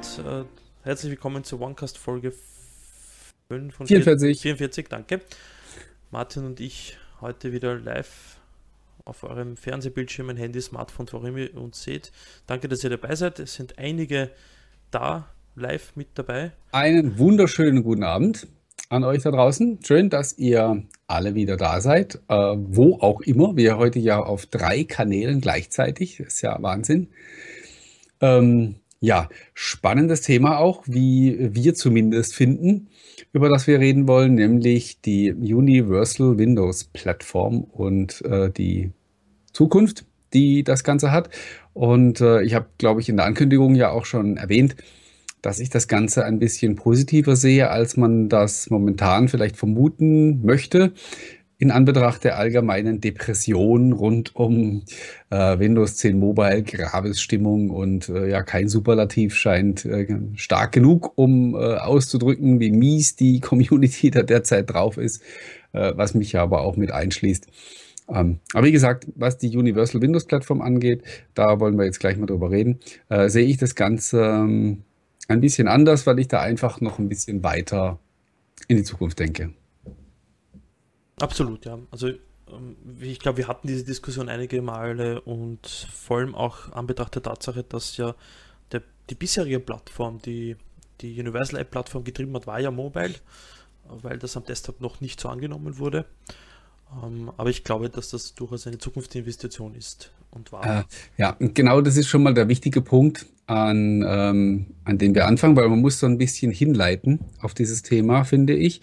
damit herzlich willkommen zur OneCast Folge 44. 44, danke. Martin und ich heute wieder live auf eurem Fernsehbildschirm, Handy, Smartphone, wo immer ihr uns seht. Danke, dass ihr dabei seid. Es sind einige da live mit dabei. Einen wunderschönen guten Abend an euch da draußen. Schön, dass ihr alle wieder da seid, wo auch immer. Wir heute ja auf 3 Kanälen gleichzeitig. Das ist ja Wahnsinn. Ja, spannendes Thema auch, wie wir zumindest finden, über das wir reden wollen, nämlich die Universal Windows Plattform und die Zukunft, die das Ganze hat. Und ich habe, glaube ich, in der Ankündigung ja auch schon erwähnt, dass ich das Ganze ein bisschen positiver sehe, als man das momentan vielleicht vermuten möchte, in Anbetracht der allgemeinen Depression rund um Windows 10 Mobile, Gravis-Stimmung und ja, kein Superlativ scheint stark genug, um auszudrücken, wie mies die Community da derzeit drauf ist, was mich ja aber auch mit einschließt. Aber wie gesagt, was die Universal Windows Plattform angeht, da wollen wir jetzt gleich mal drüber reden, sehe ich das Ganze ein bisschen anders, weil ich da einfach noch ein bisschen weiter in die Zukunft denke. Absolut, ja. Also ich glaube, wir hatten diese Diskussion einige Male und vor allem auch an Betracht der Tatsache, dass ja die bisherige Plattform, die Universal App Plattform getrieben hat, war ja Mobile, weil das am Desktop noch nicht so angenommen wurde. Aber ich glaube, dass das durchaus eine Zukunftsinvestition ist und war. Ja, und genau das ist schon mal der wichtige Punkt, an den wir anfangen, weil man muss so ein bisschen hinleiten auf dieses Thema, finde ich.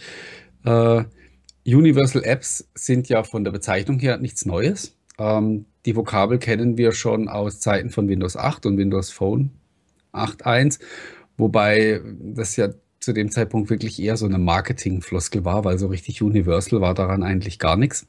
Universal Apps sind ja von der Bezeichnung her nichts Neues. Die Vokabel kennen wir schon aus Zeiten von Windows 8 und Windows Phone 8.1, wobei das ja zu dem Zeitpunkt wirklich eher so eine Marketingfloskel war, weil so richtig Universal war daran eigentlich gar nichts.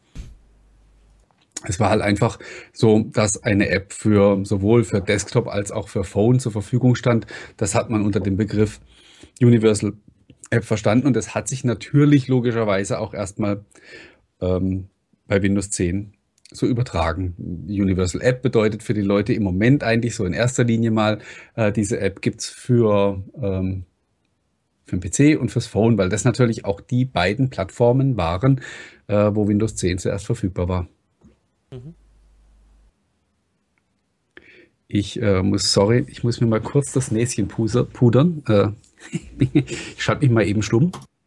Es war halt einfach so, dass eine App sowohl für Desktop als auch für Phone zur Verfügung stand. Das hat man unter dem Begriff Universal App verstanden und das hat sich natürlich logischerweise auch erstmal bei Windows 10 so übertragen. Universal App bedeutet für die Leute im Moment eigentlich so in erster Linie mal, diese App gibt's für den PC und fürs Phone, weil das natürlich auch die beiden Plattformen waren, wo Windows 10 zuerst verfügbar war. Mhm. Ich muss mir mal kurz das Näschen pudern. Ich schalte mich mal eben stumm.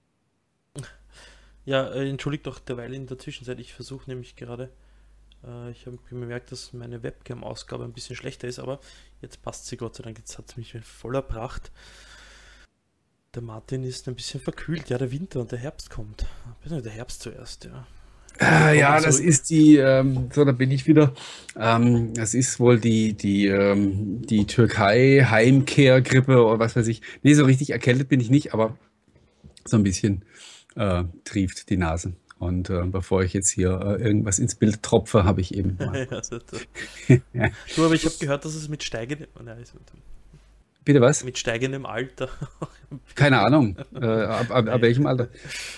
Ja, entschuldigt doch derweil in der Zwischenzeit, ich versuche nämlich gerade, ich habe bemerkt, dass meine Webcam-Ausgabe ein bisschen schlechter ist, aber jetzt passt sie Gott sei Dank, jetzt hat sie mich in voller Pracht. Der Martin ist ein bisschen verkühlt, ja, der Winter und der Herbst kommt. Der Herbst zuerst, ja. Ja, das ist so, da bin ich wieder. Das ist wohl die Türkei-Heimkehr-Grippe oder was weiß ich. Nee, so richtig erkältet bin ich nicht, aber so ein bisschen trieft die Nase. Und bevor ich jetzt hier irgendwas ins Bild tropfe, habe ich eben mal. Ja. Du, aber ich habe gehört, dass es mit Bitte was? steigendem Alter. Keine Ahnung. Ab welchem Alter?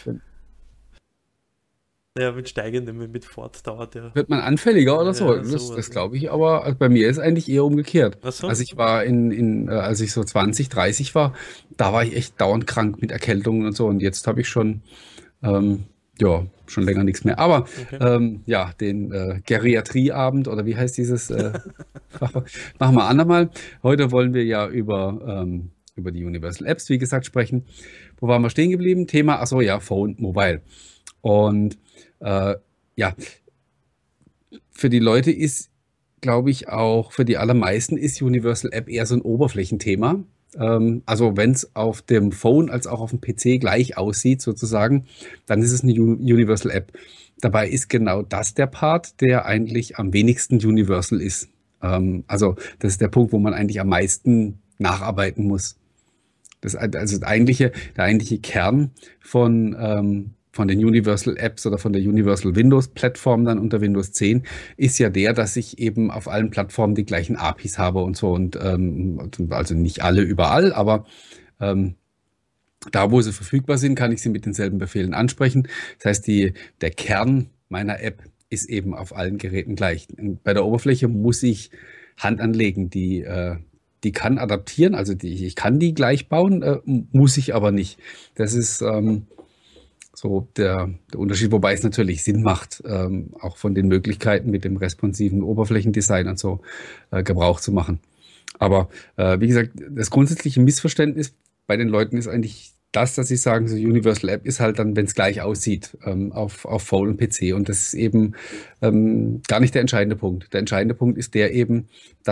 Ja, mit steigendem, mit Fortdauer der. Wird man anfälliger oder so? Ja, sowas, Das ja. glaube ich, aber also bei mir ist eigentlich eher umgekehrt. Ach so? Als ich war als ich so 20, 30 war, da war ich echt dauernd krank mit Erkältungen und so. Und jetzt habe ich schon, ja, schon länger nichts mehr. Aber Okay. ja, den Geriatrieabend oder wie heißt dieses Fach? Machen wir andermal. Heute wollen wir ja über die Universal Apps, wie gesagt, sprechen. Wo waren wir stehen geblieben? Thema, ach so, ja, Phone, Mobile. Und ja, für die Leute ist, glaube ich, auch für die allermeisten ist Universal App eher so ein Oberflächenthema. Also wenn es auf dem Phone als auch auf dem PC gleich aussieht, sozusagen, dann ist es eine Universal App. Dabei ist genau das der Part, der eigentlich am wenigsten universal ist. Also das ist der Punkt, wo man eigentlich am meisten nacharbeiten muss. Also der eigentliche Kern von den Universal Apps oder von der Universal Windows Plattform dann unter Windows 10 ist ja der, dass ich eben auf allen Plattformen die gleichen APIs habe und so und also nicht alle überall, aber ähm, da, wo sie verfügbar sind, kann ich sie mit denselben Befehlen ansprechen. Das heißt, der Kern meiner App ist eben auf allen Geräten gleich. Und bei der Oberfläche muss ich Hand anlegen. die kann adaptieren, also ich kann die gleich bauen, muss ich aber nicht. Das ist so der Unterschied, wobei es natürlich Sinn macht, auch von den Möglichkeiten mit dem responsiven Oberflächendesign und so Gebrauch zu machen. Aber wie gesagt, das grundsätzliche Missverständnis bei den Leuten ist eigentlich das, dass sie sagen, so Universal App ist halt dann, wenn es gleich aussieht, auf Phone und PC. Und das ist eben gar nicht der entscheidende Punkt. Der entscheidende Punkt ist der eben,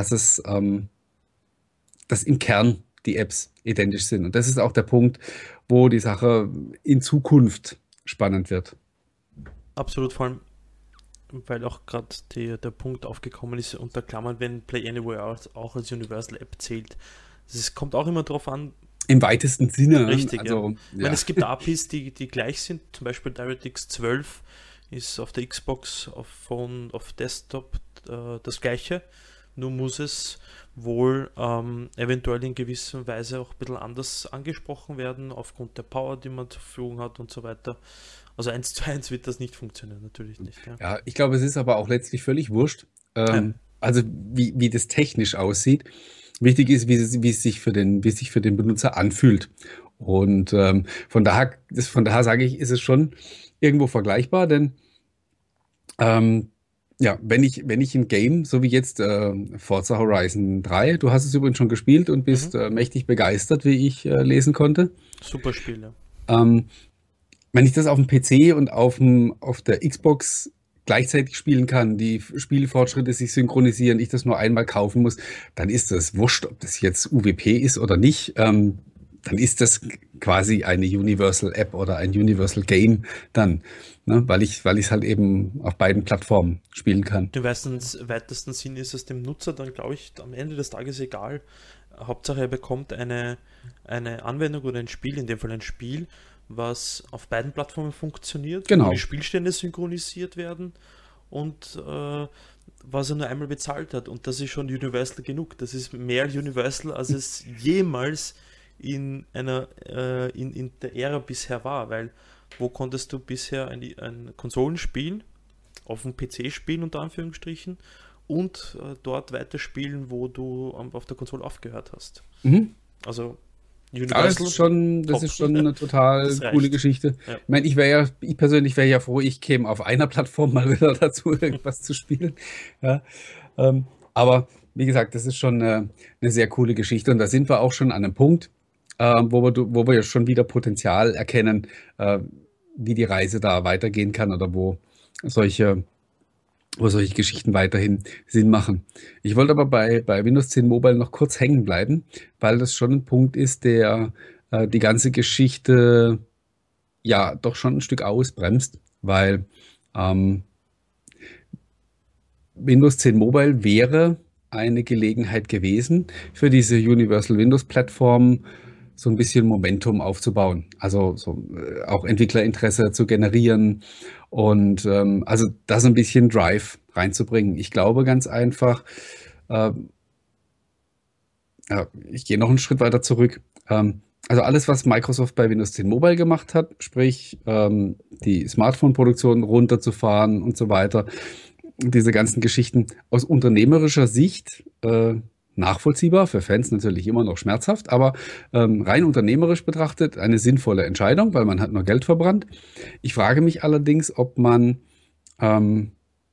dass im Kern die Apps identisch sind. Und das ist auch der Punkt, wo die Sache in Zukunft spannend wird. Absolut, vor allem, weil auch gerade der Punkt aufgekommen ist, unter Klammern, wenn Play Anywhere auch als Universal App zählt. Es kommt auch immer darauf an. Im weitesten Sinne. Richtig, also, ja. Ich meine, es gibt APIs, die gleich sind. Zum Beispiel DirectX 12 ist auf der Xbox, auf Phone, auf Desktop das gleiche. Nur muss es wohl eventuell in gewisser Weise auch ein bisschen anders angesprochen werden, aufgrund der Power, die man zur Verfügung hat und so weiter. Also 1:1 wird das nicht funktionieren, natürlich nicht. Ja, Ja, ich glaube, es ist aber auch letztlich völlig wurscht. ja. Also wie das technisch aussieht. Wichtig ist, wie es sich wie es sich für den Benutzer anfühlt. Und von daher sage ich, ist es schon irgendwo vergleichbar, denn ja, wenn ich ein Game, so wie jetzt Forza Horizon 3, du hast es übrigens schon gespielt und bist mächtig begeistert, wie ich lesen konnte. Super Spiel, ja. Ähm, Wenn ich das auf dem PC und auf der Xbox gleichzeitig spielen kann, die Spielfortschritte sich synchronisieren, ich das nur einmal kaufen muss, dann ist das wurscht, ob das jetzt UWP ist oder nicht. Dann ist das quasi eine Universal App oder ein Universal Game dann, ne? Weil ich es halt eben auf beiden Plattformen spielen kann. Im weitesten Sinn ist es dem Nutzer dann, glaube ich, am Ende des Tages egal. Hauptsache er bekommt eine Anwendung oder ein Spiel, in dem Fall ein Spiel, was auf beiden Plattformen funktioniert, Genau. wo die Spielstände synchronisiert werden und was er nur einmal bezahlt hat. Und das ist schon universal genug. Das ist mehr universal, als es jemals in der Ära bisher war, weil wo konntest du bisher ein Konsolenspiel auf dem PC spielen, unter Anführungsstrichen, und dort weiterspielen, wo du auf der Konsole aufgehört hast. Mhm. Also Ja, das ist schon eine total Das reicht. coole Geschichte. Ja. Ich meine, ich persönlich wäre ja froh, ich käme auf einer Plattform mal wieder dazu, irgendwas zu spielen. Ja, aber wie gesagt, das ist schon eine sehr coole Geschichte und da sind wir auch schon an einem Punkt, wo wir ja schon wieder Potenzial erkennen, wie die Reise da weitergehen kann oder solche, wo solche Geschichten weiterhin Sinn machen. Ich wollte aber bei Windows 10 Mobile noch kurz hängen bleiben, weil das schon ein Punkt ist, der die ganze Geschichte ja doch schon ein Stück ausbremst, weil ähm, Windows 10 Mobile wäre eine Gelegenheit gewesen, für diese Universal Windows Plattform so ein bisschen Momentum aufzubauen. Also auch Entwicklerinteresse zu generieren und also da so ein bisschen Drive reinzubringen. Ich glaube ganz einfach, äh, ja, ich gehe noch einen Schritt weiter zurück. Also alles, was Microsoft bei Windows 10 Mobile gemacht hat, sprich die Smartphone-Produktion runterzufahren und so weiter, diese ganzen Geschichten aus unternehmerischer Sicht nachvollziehbar, für Fans natürlich immer noch schmerzhaft, aber rein unternehmerisch betrachtet eine sinnvolle Entscheidung, weil man hat nur Geld verbrannt. Ich frage mich allerdings, ähm,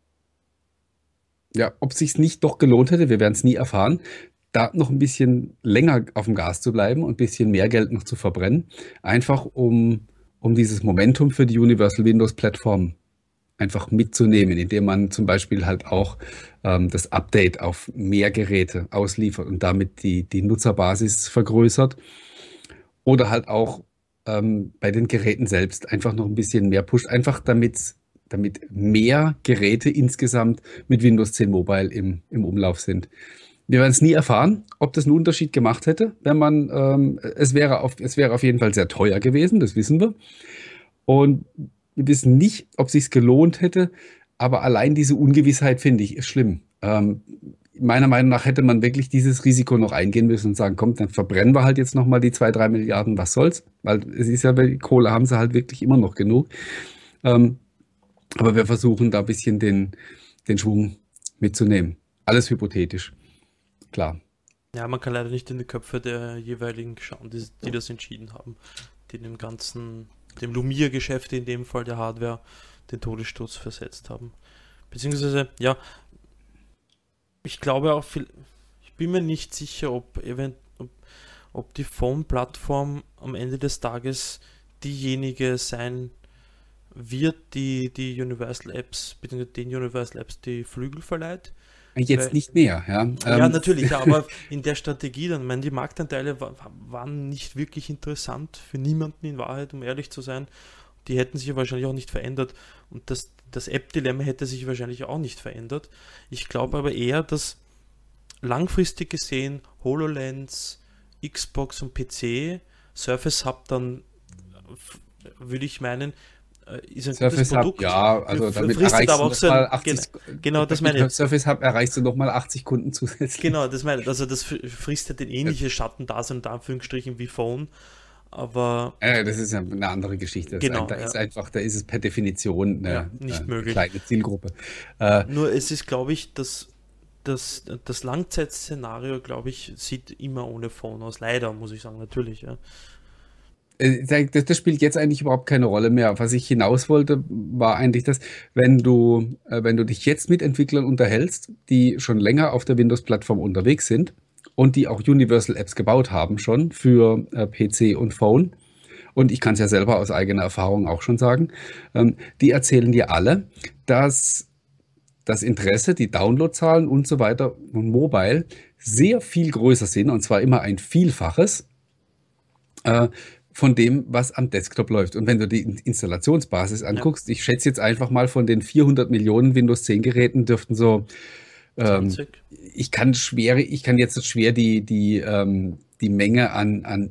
ja, ob sich's nicht doch gelohnt hätte, wir werden es nie erfahren, da noch ein bisschen länger auf dem Gas zu bleiben und ein bisschen mehr Geld noch zu verbrennen, einfach um dieses Momentum für die Universal Windows Plattform einfach mitzunehmen, indem man zum Beispiel halt auch das Update auf mehr Geräte ausliefert und damit die Nutzerbasis vergrößert. Oder halt auch bei den Geräten selbst einfach noch ein bisschen mehr pusht, einfach damit mehr Geräte insgesamt mit Windows 10 Mobile im Umlauf sind. Wir werden es nie erfahren, ob das einen Unterschied gemacht hätte, wenn es wäre auf jeden Fall sehr teuer gewesen, das wissen wir. Und wir wissen nicht, ob sich's gelohnt hätte, aber allein diese Ungewissheit, finde ich, ist schlimm. Meiner Meinung nach hätte man wirklich dieses Risiko noch eingehen müssen und sagen, komm, dann verbrennen wir halt jetzt nochmal die 2, 3 Milliarden, was soll's? Weil es ist ja, die Kohle haben sie halt wirklich immer noch genug. Aber wir versuchen da ein bisschen den Schwung mitzunehmen. Alles hypothetisch, klar. Ja, man kann leider nicht in die Köpfe der jeweiligen schauen, die das entschieden haben, die dem Lumiere-Geschäft, in dem Fall der Hardware, den Todesstoß versetzt haben. Beziehungsweise, ja, ich glaube auch ich bin mir nicht sicher, ob die Phone-Plattform am Ende des Tages diejenige sein wird, die Universal Apps, beziehungsweise den Universal Apps die Flügel verleiht. Jetzt nicht mehr, ja. Ja, natürlich, ja, aber in der Strategie dann, ich meine, die Marktanteile waren nicht wirklich interessant für niemanden in Wahrheit, um ehrlich zu sein. Die hätten sich ja wahrscheinlich auch nicht verändert und das App-Dilemma hätte sich wahrscheinlich auch nicht verändert. Ich glaube aber eher, dass langfristig gesehen HoloLens, Xbox und PC, Surface Hub dann, würde ich meinen, ist ein Surface gutes Produkt. Hub, ja, also damit Fristet erreichst aber du auch so nochmal ein, 80, genau, das meine ich. mit Surface Hub erreichst du nochmal 80 Kunden zusätzlich. Genau, das meine ich. Also das fristet den ähnliche Schattendasein unter Anführungsstrichen wie Phone, aber Das ist ja eine andere Geschichte. genau, Da ja, ist einfach, da ist es per Definition ja, eine, nicht eine möglich. kleine Zielgruppe. Äh, Nur es ist, glaube ich, das Langzeitszenario, glaube ich, sieht immer ohne Phone aus. Leider, muss ich sagen, natürlich, ja. Das spielt jetzt eigentlich überhaupt keine Rolle mehr. Was ich hinaus wollte, war eigentlich das, wenn du dich jetzt mit Entwicklern unterhältst, die schon länger auf der Windows-Plattform unterwegs sind und die auch Universal Apps gebaut haben schon für PC und Phone, und ich kann es ja selber aus eigener Erfahrung auch schon sagen, die erzählen dir alle, dass das Interesse, die Downloadzahlen und so weiter und Mobile sehr viel größer sind, und zwar immer ein Vielfaches äh, von dem, was am Desktop läuft. Und wenn du die Installationsbasis Ja, anguckst, ich schätze jetzt einfach mal, von den 400 Millionen Windows 10 Geräten dürften so, ähm, 20. ich kann jetzt schwer die Menge an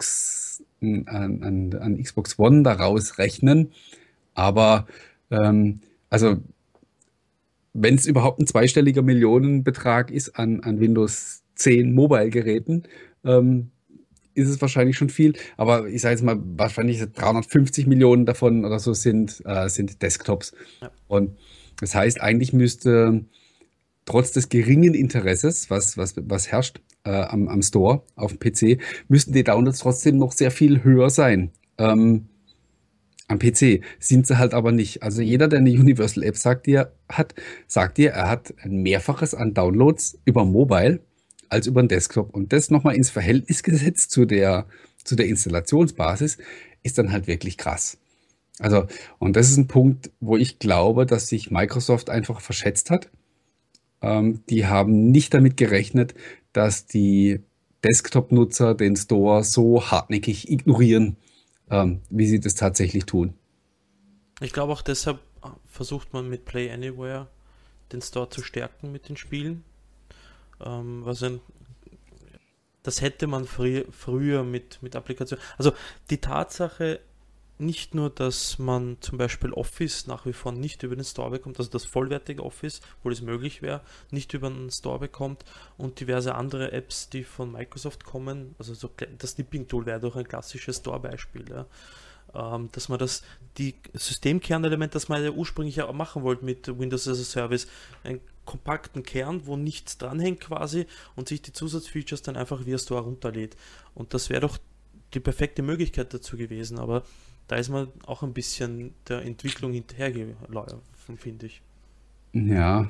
an Xbox One daraus rechnen, aber also wenn es überhaupt ein zweistelliger Millionenbetrag ist an Windows 10 Mobile-Geräten, ähm, ist es wahrscheinlich schon viel. Aber ich sage jetzt mal, wahrscheinlich 350 Millionen davon oder so sind Desktops. Ja. Und das heißt, eigentlich müsste trotz des geringen Interesses, was herrscht am Store auf dem PC, müssten die Downloads trotzdem noch sehr viel höher sein. Am PC sind sie halt aber nicht. Also jeder, der eine Universal App sagt dir, er hat ein Mehrfaches an Downloads über Mobile als über den Desktop. Und das nochmal ins Verhältnis gesetzt zu der Installationsbasis, ist dann halt wirklich krass. Also, und das ist ein Punkt, wo ich glaube, dass sich Microsoft einfach verschätzt hat. Die haben nicht damit gerechnet, dass die Desktop-Nutzer den Store so hartnäckig ignorieren, wie sie das tatsächlich tun. Ich glaube auch deshalb versucht man mit Play Anywhere den Store zu stärken mit den Spielen. Was das hätte man früher mit Applikationen. Also die Tatsache, nicht nur, dass man zum Beispiel Office nach wie vor nicht über den Store bekommt, also das vollwertige Office, wo es möglich wäre, nicht über den Store bekommt und diverse andere Apps, die von Microsoft kommen, also so das Snipping-Tool wäre doch ein klassisches Store-Beispiel, ja. Dass man die Systemkernelemente, das man ja ursprünglich ja auch machen wollte mit Windows as a Service, einen kompakten Kern, wo nichts dranhängt quasi und sich die Zusatzfeatures dann einfach via Store runterlädt. Und das wäre doch die perfekte Möglichkeit dazu gewesen, aber da ist man auch ein bisschen der Entwicklung hinterhergelaufen, finde ich. Ja,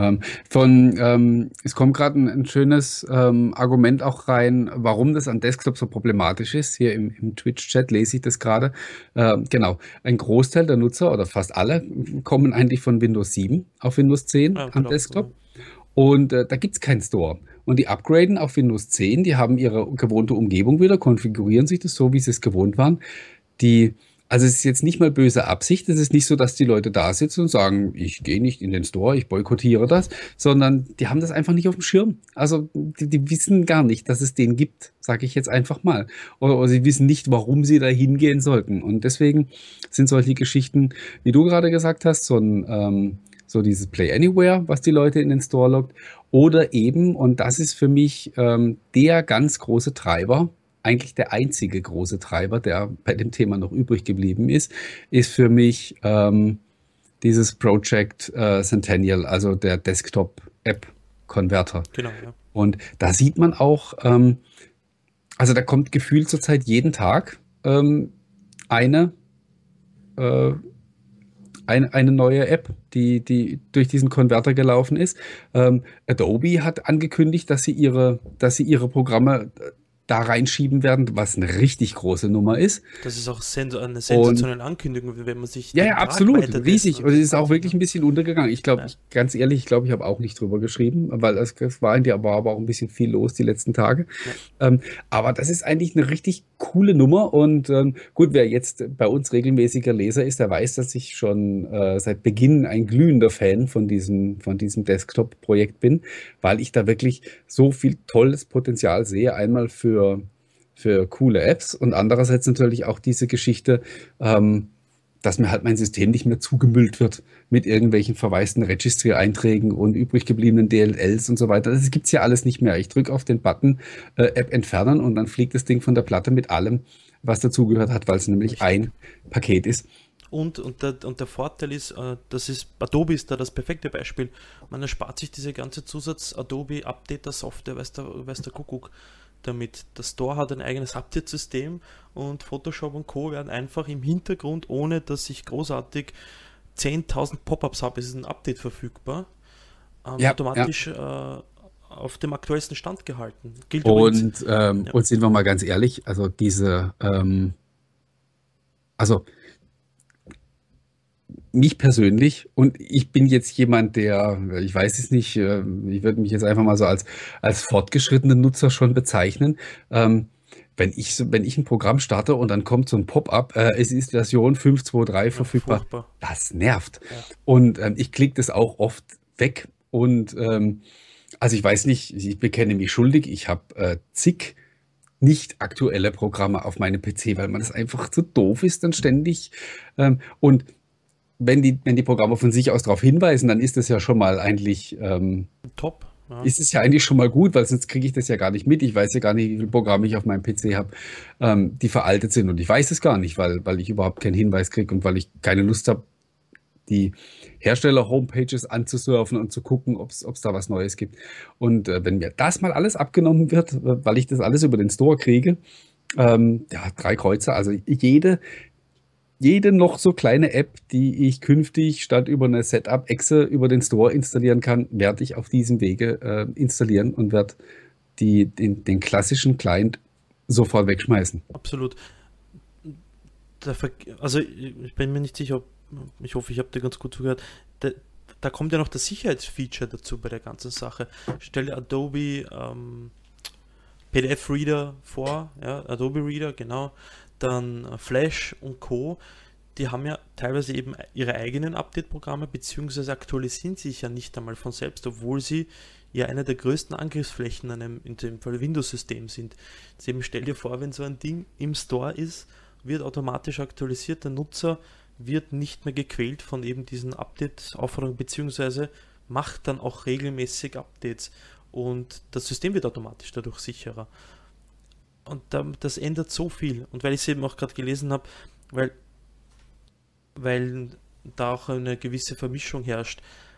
es kommt gerade ein schönes Argument auch rein, warum das an Desktop so problematisch ist. Hier im Twitch-Chat lese ich das gerade. Genau, ein Großteil der Nutzer oder fast alle kommen eigentlich von Windows 7 auf Windows 10 Ja, am genau. Desktop. Und da gibt es keinen Store. Und die upgraden auf Windows 10, die haben ihre gewohnte Umgebung wieder, konfigurieren sich das so, wie sie es gewohnt waren. Also es ist jetzt nicht mal böse Absicht. Es ist nicht so, dass die Leute da sitzen und sagen, ich gehe nicht in den Store, ich boykottiere das, sondern die haben das einfach nicht auf dem Schirm. Also die wissen gar nicht, dass es den gibt, sage ich jetzt einfach mal. Oder sie wissen nicht, warum sie da hingehen sollten. Und deswegen sind solche Geschichten, wie du gerade gesagt hast, so dieses Play Anywhere, was die Leute in den Store lockt. Oder eben, und das ist für mich der ganz große Treiber, eigentlich der einzige große Treiber, der bei dem Thema noch übrig geblieben ist für mich dieses Project Centennial, also der Desktop-App Konverter. Genau, ja. Und da sieht man auch, also da kommt gefühlt zurzeit jeden Tag eine, äh, eine neue App, die durch diesen Konverter gelaufen ist. Adobe hat angekündigt, dass sie ihre Programme da reinschieben werden, was eine richtig große Nummer ist. Das ist auch eine Und sensationelle Ankündigung, wenn man sich ja, die ja, absolut, Tragweite riesig. Und es ist auch wirklich ansieht. ein bisschen untergegangen. Ich glaube, Ja. ganz ehrlich, ich glaube, ich habe auch nicht drüber geschrieben, weil es war aber auch ein bisschen viel los die letzten Tage. Ja. Ähm, aber das ist eigentlich eine richtig coole Nummer. Und gut, wer jetzt bei uns regelmäßiger Leser ist, der weiß, dass ich schon seit Beginn ein glühender Fan von diesem Desktop-Projekt bin, weil ich da wirklich so viel tolles Potenzial sehe. Einmal für coole Apps und andererseits natürlich auch diese Geschichte, dass mir halt mein System nicht mehr zugemüllt wird mit irgendwelchen verwaisten Registry-Einträgen und übrig gebliebenen DLLs und so weiter. Das gibt's ja alles nicht mehr. Ich drücke auf den Button App entfernen und dann fliegt das Ding von der Platte mit allem, was dazugehört hat, weil es nämlich Richtig. ein Paket ist. Und der Vorteil ist, Adobe ist da das perfekte Beispiel. Man erspart sich diese ganze Zusatz-Adobe-Updater-Software, weiß der Kuckuck damit. Der Store hat ein eigenes Update-System und Photoshop und Co. werden einfach im Hintergrund, ohne dass ich großartig 10.000 Pop-ups habe, ist ein Update verfügbar, Ja, ja. automatisch auf dem aktuellsten Stand gehalten. Gilt übrigens, ja, Und sind wir mal ganz ehrlich, also mich persönlich, und ich bin jetzt jemand, ich weiß es nicht, ich würde mich jetzt einfach mal so als fortgeschrittenen Nutzer schon bezeichnen. Wenn ich ein Programm starte und dann kommt so ein Pop-up, es ist Version 5.2.3 ja, verfügbar, furchtbar. das nervt. Ja. Und ich klicke das auch oft weg. Und also ich weiß nicht, ich bekenne mich schuldig, ich habe zig nicht aktuelle Programme auf meinem PC, weil man das einfach zu doof ist, dann ständig. Und wenn die Programme von sich aus darauf hinweisen, dann ist das ja schon mal eigentlich, Top. Ja. ist es ja eigentlich schon mal gut, weil sonst kriege ich das ja gar nicht mit. Ich weiß ja gar nicht, wie viele Programme ich auf meinem PC habe, die veraltet sind. Und ich weiß es gar nicht, weil ich überhaupt keinen Hinweis kriege und weil ich keine Lust habe, die Hersteller-Homepages anzusurfen und zu gucken, ob es da was Neues gibt. Und wenn mir das mal alles abgenommen wird, weil ich das alles über den Store kriege, ja, 3 Kreuze, also jede noch so kleine App, die ich künftig statt über eine Setup-Exe über den Store installieren kann, werde ich auf diesem Wege installieren und werde den klassischen Client sofort wegschmeißen. Absolut. Also ich bin mir nicht sicher, ich hoffe, ich habe dir ganz gut zugehört. Da kommt ja noch das Sicherheitsfeature dazu bei der ganzen Sache. Stelle Adobe PDF-Reader vor, ja, Adobe Reader, genau, dann Flash und Co. Die haben ja teilweise eben ihre eigenen Update-Programme, beziehungsweise aktualisieren sich ja nicht einmal von selbst, obwohl sie ja eine der größten Angriffsflächen in dem Fall Windows-System sind. Jetzt eben stell dir vor, wenn so ein Ding im Store ist, wird automatisch aktualisiert, der Nutzer wird nicht mehr gequält von eben diesen Update-Aufforderungen, beziehungsweise macht dann auch regelmäßig Updates und das System wird automatisch dadurch sicherer. Und das ändert so viel. Und weil ich es eben auch gerade gelesen habe, weil da auch eine gewisse Vermischung herrscht.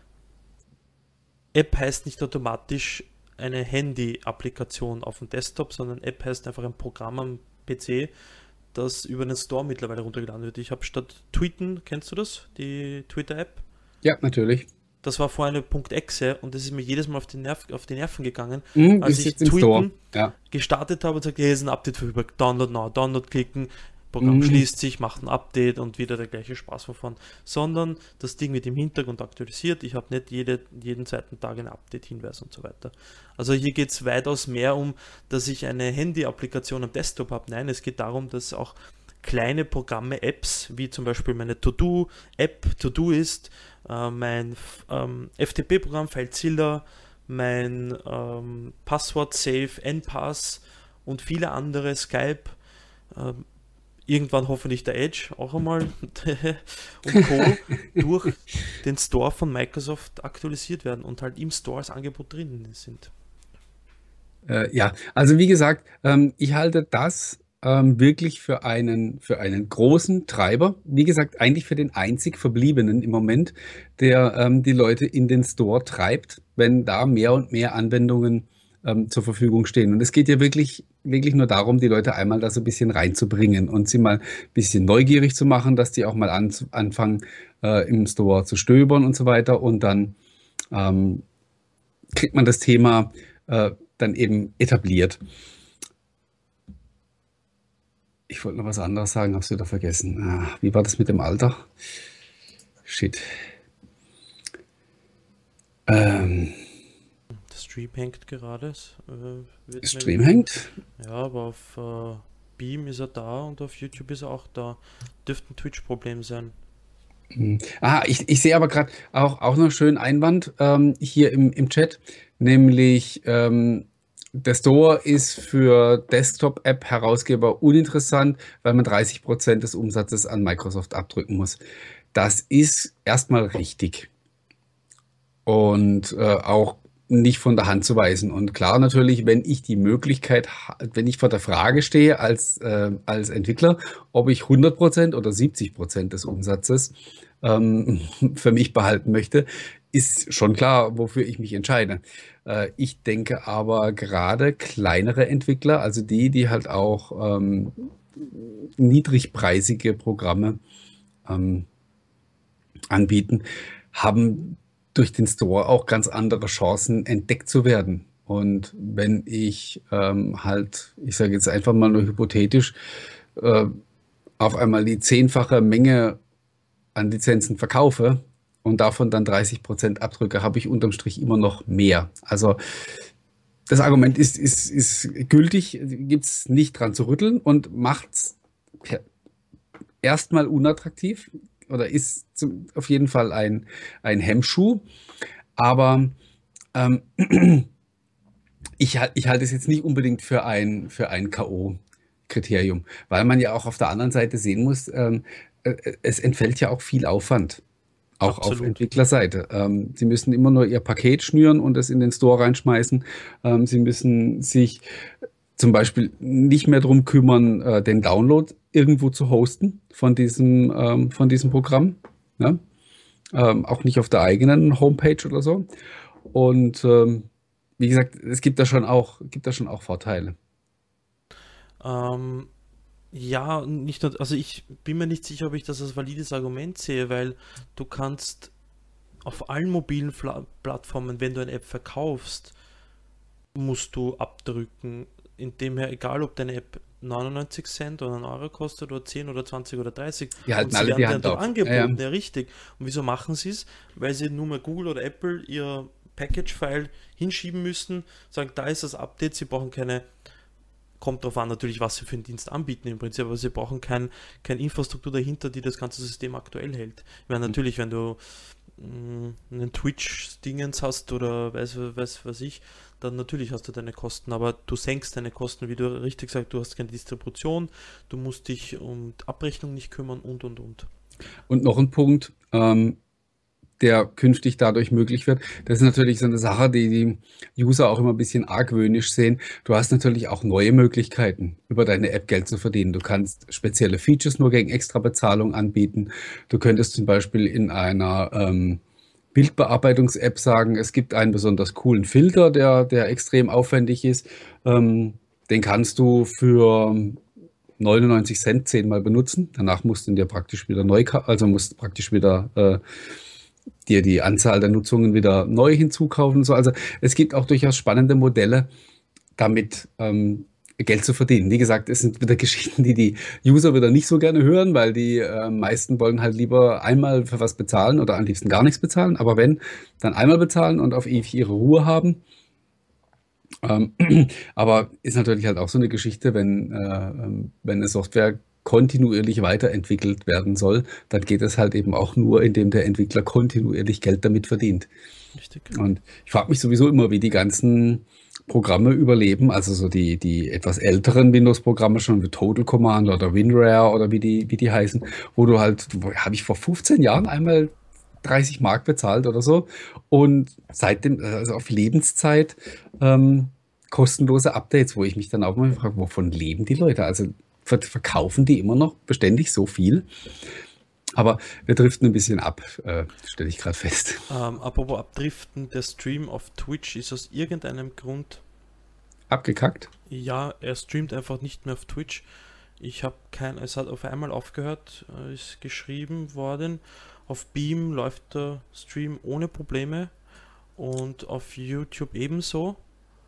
App heißt nicht automatisch eine Handy-Applikation auf dem Desktop, sondern App heißt einfach ein Programm am PC, das über den Store mittlerweile runtergeladen wird. Ich habe statt Tweeten, kennst du das? Die Twitter-App? Ja, natürlich. Das war vorher eine .exe und das ist mir jedes Mal auf die Nerven gegangen, als Ist ich jetzt im Store. Tweeten Ja. gestartet habe und sagte, hier ist ein Update verfügbar, Download now, Download klicken, Programm schließt sich, macht ein Update und wieder der gleiche Spaß von vorn. Sondern das Ding wird im Hintergrund aktualisiert, ich habe nicht jeden zweiten Tag ein Update-Hinweis und so weiter. Also hier geht es weitaus mehr um, dass ich eine Handy-Applikation am Desktop habe. Nein, es geht darum, dass auch kleine Programme, Apps, wie zum Beispiel meine To-Do-App, Todoist, mein FTP-Programm, FileZilla, mein Passwort-Safe, NPass und viele andere, Skype, irgendwann hoffentlich der Edge auch einmal und Co. durch den Store von Microsoft aktualisiert werden und halt im Store als Angebot drin sind. Ja, also wie gesagt, ich halte das wirklich für einen großen Treiber, wie gesagt, eigentlich für den einzig verbliebenen im Moment, der die Leute in den Store treibt, wenn da mehr und mehr Anwendungen zur Verfügung stehen. Und es geht ja wirklich nur darum, die Leute einmal da so ein bisschen reinzubringen und sie mal ein bisschen neugierig zu machen, dass die auch mal anfangen, im Store zu stöbern und so weiter. Und dann ähm, kriegt man das Thema dann eben etabliert. Ich wollte noch was anderes sagen, hab's wieder vergessen. Wie war das mit dem Alter? Shit. Ähm, Der Stream hängt gerade. Wird mir Stream gemeldet. hängt. Ja, aber auf Beam ist er da und auf YouTube ist er auch da. Dürfte ein Twitch-Problem sein. Ich sehe aber gerade auch noch schön Einwand hier im Chat, nämlich der Store ist für Desktop-App-Herausgeber uninteressant, weil man 30% des Umsatzes an Microsoft abdrücken muss. Das ist erstmal richtig und auch nicht von der Hand zu weisen. Und klar natürlich, wenn ich die Möglichkeit, wenn ich vor der Frage stehe als Entwickler, ob ich 100% oder 70% des Umsatzes ähm, für mich behalten möchte, ist schon klar, wofür ich mich entscheide. Ich denke aber gerade kleinere Entwickler, also die halt auch niedrigpreisige Programme ähm, anbieten, haben durch den Store auch ganz andere Chancen, entdeckt zu werden. Und wenn ich halt, ich sage jetzt einfach mal nur hypothetisch, äh, auf einmal die 10-fache Menge an Lizenzen verkaufe und davon dann 30% abdrücke, habe ich unterm Strich immer noch mehr. Also das Argument ist gültig, gibt es nicht dran zu rütteln und macht es erstmal unattraktiv oder ist auf jeden Fall ein Hemmschuh. Aber ähm, ich halte es jetzt nicht unbedingt für ein K.O.-Kriterium, weil man ja auch auf der anderen Seite sehen muss, es entfällt ja auch viel Aufwand, auch auf Absolut. Entwicklerseite. Sie müssen immer nur ihr Paket schnüren und es in den Store reinschmeißen. Sie müssen sich zum Beispiel nicht mehr darum kümmern, den Download irgendwo zu hosten von diesem Programm. Ja? Auch nicht auf der eigenen Homepage oder so. Und wie gesagt, es gibt da schon auch Vorteile. Ähm, ja, nicht nur, also ich bin mir nicht sicher, ob ich das als valides Argument sehe, weil du kannst auf allen mobilen Plattformen, wenn du eine App verkaufst, musst du abdrücken. In dem her, egal ob deine App 99 Cent oder 1 Euro kostet oder 10 oder 20 oder 30 Die und halten sie alle werden die dir Hand dort auf. Ja, ja. angeboten, ja richtig. Und wieso machen sie es? Weil sie nur mal Google oder Apple ihr Package-File hinschieben müssen, sagen, da ist das Update, sie brauchen keine, kommt darauf an natürlich, was sie für einen Dienst anbieten im Prinzip, aber sie brauchen keine Infrastruktur dahinter, die das ganze System aktuell hält. Ich meine, natürlich, wenn du einen Twitch-Dingens hast oder weiß was ich, dann natürlich hast du deine Kosten, aber du senkst deine Kosten, wie du richtig sagst, du hast keine Distribution, du musst dich um Abrechnung nicht kümmern und. Und noch ein Punkt, der künftig dadurch möglich wird. Das ist natürlich so eine Sache, die die User auch immer ein bisschen argwöhnisch sehen. Du hast natürlich auch neue Möglichkeiten, über deine App Geld zu verdienen. Du kannst spezielle Features nur gegen extra Bezahlung anbieten. Du könntest zum Beispiel in einer Bildbearbeitungs-App sagen, es gibt einen besonders coolen Filter, der extrem aufwendig ist. Ähm, Den kannst du für 99 Cent 10-mal benutzen. Danach musst du ihn dir praktisch wieder also musst praktisch wieder dir die Anzahl der Nutzungen wieder neu hinzukaufen und so. Also es gibt auch durchaus spannende Modelle, damit Geld zu verdienen. Wie gesagt, es sind wieder Geschichten, die die User wieder nicht so gerne hören, weil die meisten wollen halt lieber einmal für was bezahlen oder am liebsten gar nichts bezahlen. Aber wenn, dann einmal bezahlen und auf ewig ihre Ruhe haben. Ähm, aber ist natürlich halt auch so eine Geschichte, wenn eine Software kontinuierlich weiterentwickelt werden soll, dann geht es halt eben auch nur, indem der Entwickler kontinuierlich Geld damit verdient. Richtig. Und ich frage mich sowieso immer, wie die ganzen Programme überleben, also so die etwas älteren Windows-Programme schon wie Total Commander oder WinRAR oder wie die heißen, wo du halt, habe ich vor 15 Jahren einmal 30 Mark bezahlt oder so und seitdem, also auf Lebenszeit, kostenlose Updates, wo ich mich dann auch mal frage, wovon leben die Leute? Also verkaufen die immer noch beständig so viel? Aber wir driften ein bisschen ab, stelle ich gerade fest. Apropos abdriften, der Stream auf Twitch ist aus irgendeinem Grund, Abgekackt? ja, er streamt einfach nicht mehr auf Twitch. Es hat auf einmal aufgehört, ist geschrieben worden. Auf Beam läuft der Stream ohne Probleme und auf YouTube ebenso.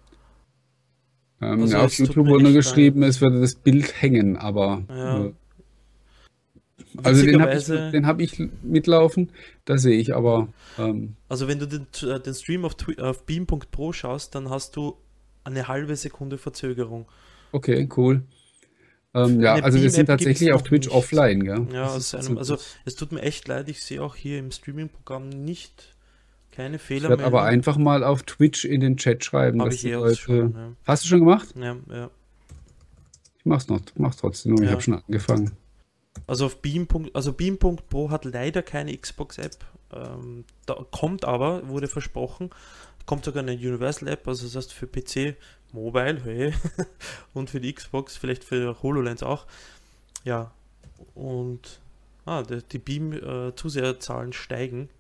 Also Ja, auf es tut YouTube mir wurde nur echt geschrieben, leid. es würde das Bild hängen, aber Ja, also witzigerweise, den hab ich mitlaufen, da sehe ich aber, also wenn du den Stream auf beam.pro schaust, dann hast du eine halbe Sekunde Verzögerung. okay, cool. Ja, Eine also wir sind Beam-App gibt es tatsächlich auf noch Twitch nicht. offline, gell? Ja, Das ist also das. es tut mir echt leid, ich sehe auch hier im Streaming-Programm keine Ich werde aber Fehlermeldung. einfach mal auf Twitch in den Chat schreiben, Habe dass ich die auch Leute. schon, ja. Hast du schon gemacht? Ja, ja, Ich mach's trotzdem, aber ich habe ja. schon angefangen. Also auf Beam.pro hat leider keine Xbox-App. Da kommt aber, wurde versprochen, kommt sogar eine Universal-App, also das heißt für PC, Mobile, hey, und für die Xbox, vielleicht für HoloLens auch. Ja, und die Beam-Zuseherzahlen steigen,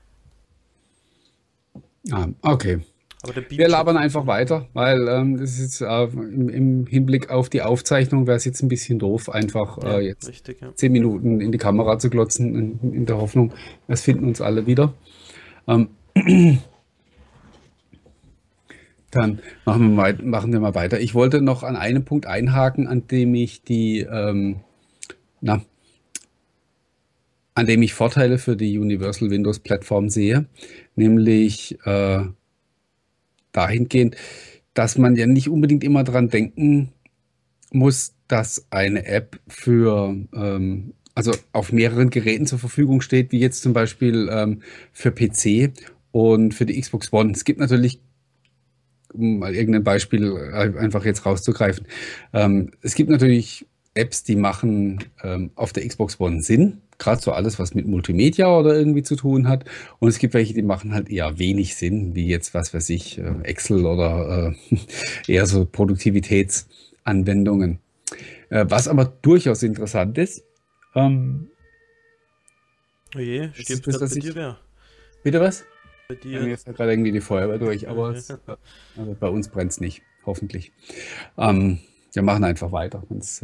Ah, okay. aber der Wir Beam-Chat labern einfach funktioniert noch. weiter, weil das ist jetzt im Hinblick auf die Aufzeichnung wäre es jetzt ein bisschen doof, einfach Ja, jetzt richtig, ja. 10 Minuten in die Kamera zu glotzen, in der Hoffnung, es finden uns alle wieder. Ähm, Dann machen wir mal weiter. Ich wollte noch an einem Punkt einhaken, na, an dem ich Vorteile für die Universal Windows Plattform sehe, nämlich dahingehend, dass man ja nicht unbedingt immer dran denken muss, dass eine App also auf mehreren Geräten zur Verfügung steht, wie jetzt zum Beispiel für PC und für die Xbox One. Es gibt natürlich, um mal irgendein Beispiel einfach jetzt rauszugreifen, es gibt natürlich Apps, die machen auf der Xbox One Sinn, gerade so alles, was mit Multimedia oder irgendwie zu tun hat. Und es gibt welche, die machen halt eher wenig Sinn, wie jetzt, was weiß ich, Excel oder eher so Produktivitätsanwendungen. Was aber durchaus interessant ist, Oh je, das ist stirbt das, gerade dass bei dir ich. wer? Bitte was? Bei Ja, dir? mir ist ja gerade irgendwie die Feuerwehr durch, aber also bei uns brennt es nicht, hoffentlich. Ähm, wir machen einfach weiter.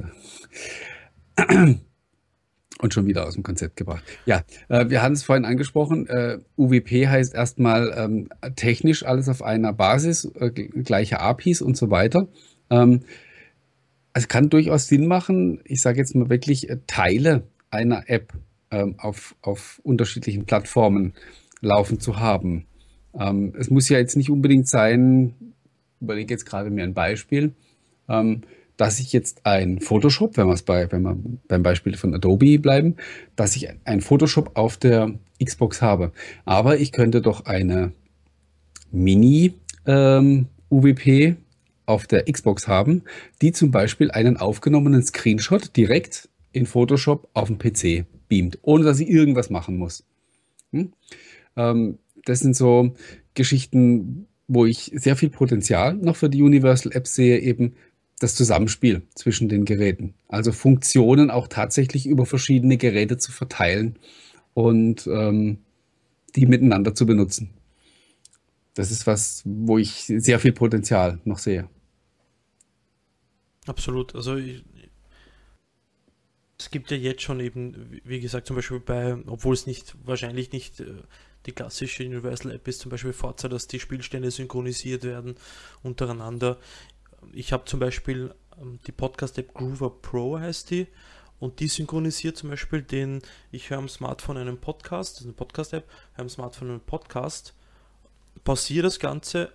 Und schon wieder aus dem Konzept gebracht. Ja, wir hatten es vorhin angesprochen. UWP heißt erstmal technisch alles auf einer Basis, gleiche APIs und so weiter. Ähm, Es kann durchaus Sinn machen, ich sage jetzt mal wirklich Teile einer App auf unterschiedlichen Plattformen laufen zu haben. Es muss ja jetzt nicht unbedingt sein, ich überlege jetzt gerade mir ein Beispiel, ähm, dass ich jetzt ein Photoshop, wenn wir beim Beispiel von Adobe bleiben, dass ich ein Photoshop auf der Xbox habe. Aber ich könnte doch eine Mini-UWP auf der Xbox haben, die zum Beispiel einen aufgenommenen Screenshot direkt in Photoshop auf dem PC beamt, ohne dass ich irgendwas machen muss. Hm? Das sind so Geschichten, wo ich sehr viel Potenzial noch für die Universal Apps sehe, eben das Zusammenspiel zwischen den Geräten. Also Funktionen auch tatsächlich über verschiedene Geräte zu verteilen und die miteinander zu benutzen. Das ist was, wo ich sehr viel Potenzial noch sehe. Absolut. Es gibt ja jetzt schon eben, wie gesagt, zum Beispiel obwohl es wahrscheinlich nicht die klassische Universal App ist, zum Beispiel Forza, dass die Spielstände synchronisiert werden untereinander. Ich habe zum Beispiel die Podcast-App Groover Pro heißt die, und die synchronisiert zum Beispiel ich höre am Smartphone einen Podcast, das ist eine Podcast-App, höre am Smartphone einen Podcast, pausiere das Ganze,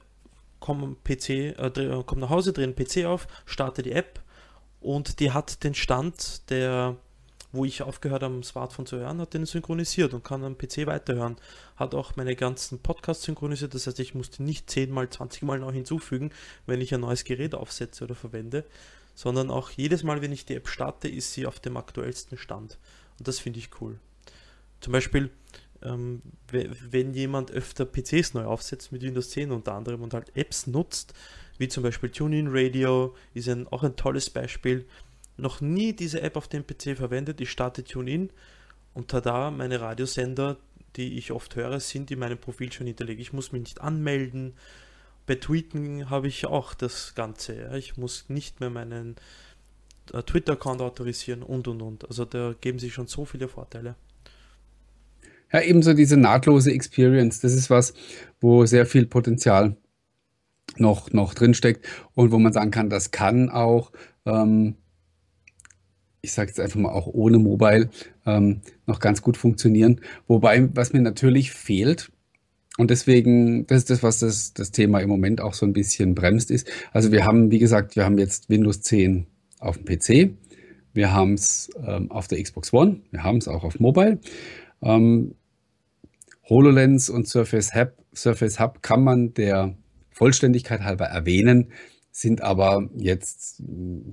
komm nach Hause, drehe den PC auf, starte die App und die hat den Stand, wo ich aufgehört habe, am Smartphone zu hören, hat den synchronisiert und kann am PC weiterhören. Hat auch meine ganzen Podcasts synchronisiert, das heißt, ich musste nicht 10-mal, 20-mal neu hinzufügen, wenn ich ein neues Gerät aufsetze oder verwende, sondern auch jedes Mal, wenn ich die App starte, ist sie auf dem aktuellsten Stand. Und das finde ich cool. Zum Beispiel, wenn jemand öfter PCs neu aufsetzt mit Windows 10 unter anderem und halt Apps nutzt, wie zum Beispiel TuneIn Radio, ist auch ein tolles Beispiel. noch nie diese App auf dem PC verwendet. Ich starte TuneIn und tada, meine Radiosender, die ich oft höre, sind in meinem Profil schon hinterlegt. Ich muss mich nicht anmelden. Bei Tweeten habe ich auch das Ganze. Ja. Ich muss nicht mehr meinen Twitter-Account autorisieren und. Also da geben sich schon so viele Vorteile. Ja, ebenso diese nahtlose Experience, das ist was, wo sehr viel Potenzial noch drin steckt und wo man sagen kann, das kann auch, ich sage jetzt einfach mal auch ohne Mobile, noch ganz gut funktionieren. Wobei, was mir natürlich fehlt, und deswegen, das ist das, was das Thema im Moment auch so ein bisschen bremst ist. Also wir haben, wie gesagt, wir haben jetzt Windows 10 auf dem PC, wir haben es auf der Xbox One, wir haben es auch auf Mobile. HoloLens und Surface Hub kann man der Vollständigkeit halber erwähnen, sind aber jetzt,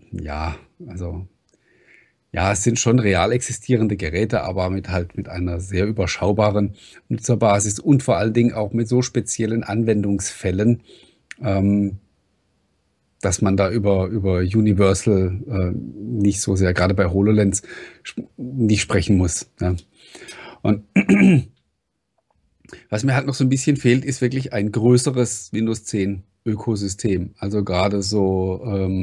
es sind schon real existierende Geräte, aber mit einer sehr überschaubaren Nutzerbasis und vor allen Dingen auch mit so speziellen Anwendungsfällen, dass man da über Universal nicht so sehr, gerade bei HoloLens, nicht sprechen muss. Ja. Und was mir halt noch so ein bisschen fehlt, ist wirklich ein größeres Windows 10 Ökosystem. Also gerade so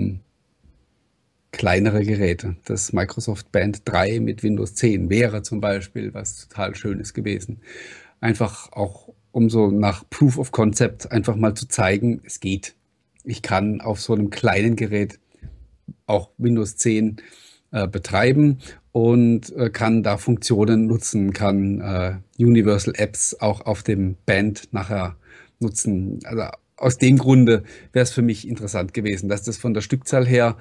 kleinere Geräte. Das Microsoft Band 3 mit Windows 10 wäre zum Beispiel was total Schönes gewesen. Einfach auch, um so nach Proof of Concept einfach mal zu zeigen, es geht. Ich kann auf so einem kleinen Gerät auch Windows 10 betreiben und kann da Funktionen nutzen, kann Universal Apps auch auf dem Band nachher nutzen. Also aus dem Grunde wäre es für mich interessant gewesen, dass das von der Stückzahl her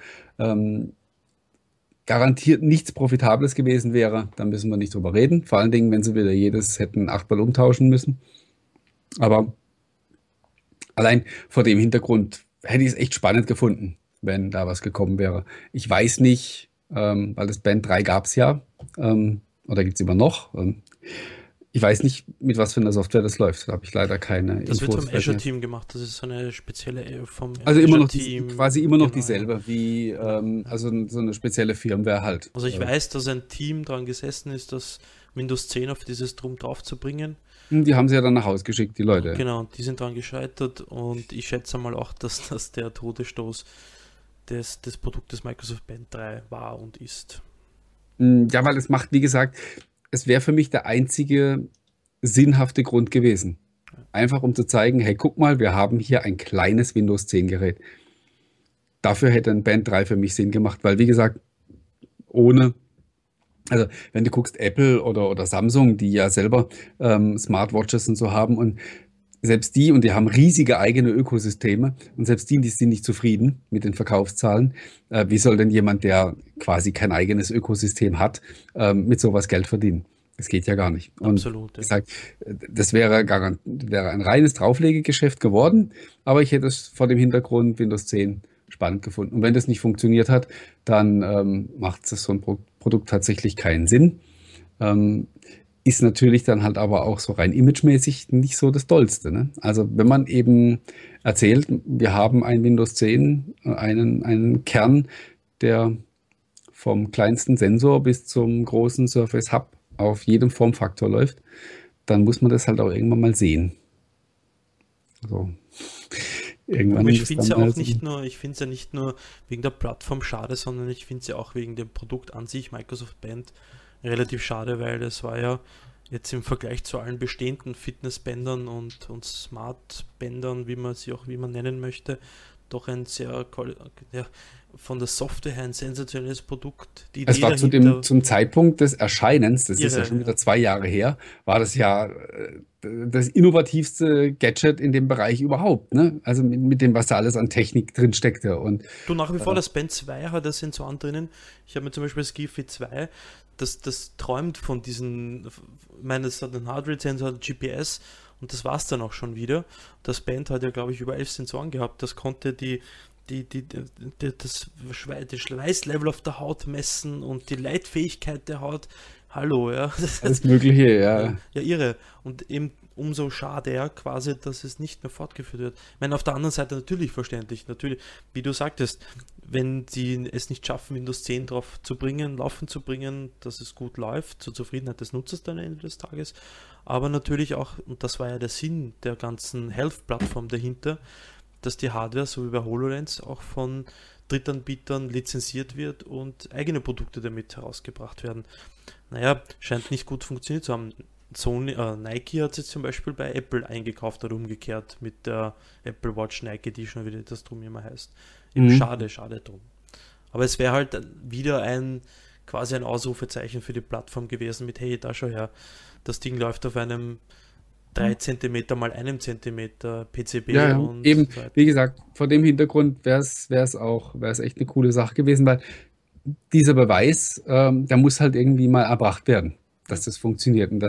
garantiert nichts Profitables gewesen wäre. Da müssen wir nicht drüber reden. Vor allen Dingen, wenn sie wieder jedes hätten 8-mal umtauschen müssen. Aber allein vor dem Hintergrund hätte ich es echt spannend gefunden, wenn da was gekommen wäre. Ich weiß nicht, weil das Band 3 gab es ja, oder gibt es immer noch. Ich weiß nicht, mit was für einer Software das läuft. Da habe ich leider keine Das wird Infos. vom Azure-Team gemacht. Das ist so eine spezielle vom Also immer noch Azure-Team. quasi immer noch Genau, dieselbe, wie also so eine spezielle Firmware halt. Also ich weiß, dass ein Team daran gesessen ist, das Windows 10 auf dieses Drum drauf zu bringen. Die haben sie ja dann nach Hause geschickt, die Leute. Genau, die sind daran gescheitert und ich schätze mal auch, dass das der Todesstoß des Produktes Microsoft Band 3 war und ist. Ja, weil es macht, wie gesagt, es wäre für mich der einzige sinnhafte Grund gewesen. Einfach um zu zeigen, hey, guck mal, wir haben hier ein kleines Windows 10 Gerät. Dafür hätte ein Band 3 für mich Sinn gemacht, weil wie gesagt, also wenn du guckst, Apple oder Samsung, die ja selber Smartwatches und so haben und selbst die, und die haben riesige eigene Ökosysteme und selbst die sind nicht zufrieden mit den Verkaufszahlen. Wie soll denn jemand, der quasi kein eigenes Ökosystem hat, mit sowas Geld verdienen? Das geht ja gar nicht. Und Absolut. ich sag, das wäre ein reines Drauflegegeschäft geworden, aber ich hätte es vor dem Hintergrund Windows 10 spannend gefunden. Und wenn das nicht funktioniert hat, dann macht so ein Produkt tatsächlich keinen Sinn. Ist natürlich dann halt aber auch so rein imagemäßig nicht so das Dollste. Ne? Also wenn man eben erzählt, wir haben ein Windows 10, einen Kern, der vom kleinsten Sensor bis zum großen Surface Hub auf jedem Formfaktor läuft, dann muss man das halt auch irgendwann mal sehen. So. Irgendwann Aber ich ist finde es dann ja auch halt nicht nur, ich finde es ja nicht nur wegen der Plattform schade, sondern ich finde es ja auch wegen dem Produkt an sich, Microsoft Band, relativ schade, weil es war ja jetzt im Vergleich zu allen bestehenden Fitnessbändern und Smartbändern, wie man nennen möchte, doch ein sehr von der Software her ein sensationelles Produkt. Die Es Idee war dahinter, zum Zeitpunkt des Erscheinens, das ist ja irre, schon wieder ja. 2 Jahre her, war das ja das innovativste Gadget in dem Bereich überhaupt, ne? Also mit dem, was da alles an Technik drin steckte. Und Du, nach wie vor, das Band 2 hat das Sensoren drinnen. Ich habe mir zum Beispiel das Giphy 2, das träumt von diesen, ich meine, es hat einen Heart-Rate-Sensor, hat GPS und das war es dann auch schon wieder. Das Band hat ja, glaube ich, über 11 Sensoren gehabt. Das konnte das Schweißlevel auf der Haut messen und die Leitfähigkeit der Haut. Hallo, ja. alles Mögliche, ja. Ja, irre. Und eben umso schade quasi, dass es nicht mehr fortgeführt wird. Ich meine, auf der anderen Seite natürlich verständlich, natürlich, wie du sagtest, wenn die es nicht schaffen, Windows 10 drauf zu bringen, laufen zu bringen, dass es gut läuft, zur Zufriedenheit des Nutzers dann am Ende des Tages, aber natürlich auch, und das war ja der Sinn der ganzen Health-Plattform dahinter, dass die Hardware, so wie bei HoloLens, auch von Drittanbietern lizenziert wird und eigene Produkte damit herausgebracht werden. Naja, scheint nicht gut funktioniert zu haben. Nike hat sich zum Beispiel bei Apple eingekauft oder umgekehrt mit der Apple Watch Nike Edition, wie das drum immer heißt. Eben schade drum. Aber es wäre halt wieder quasi ein Ausrufezeichen für die Plattform gewesen mit, hey, da schau her, das Ding läuft auf einem 3 cm mal 1 Zentimeter PCB Ja, und eben, so weiter. wie gesagt, vor dem Hintergrund wäre es echt eine coole Sache gewesen, weil dieser Beweis, der muss halt irgendwie mal erbracht werden, dass das funktioniert und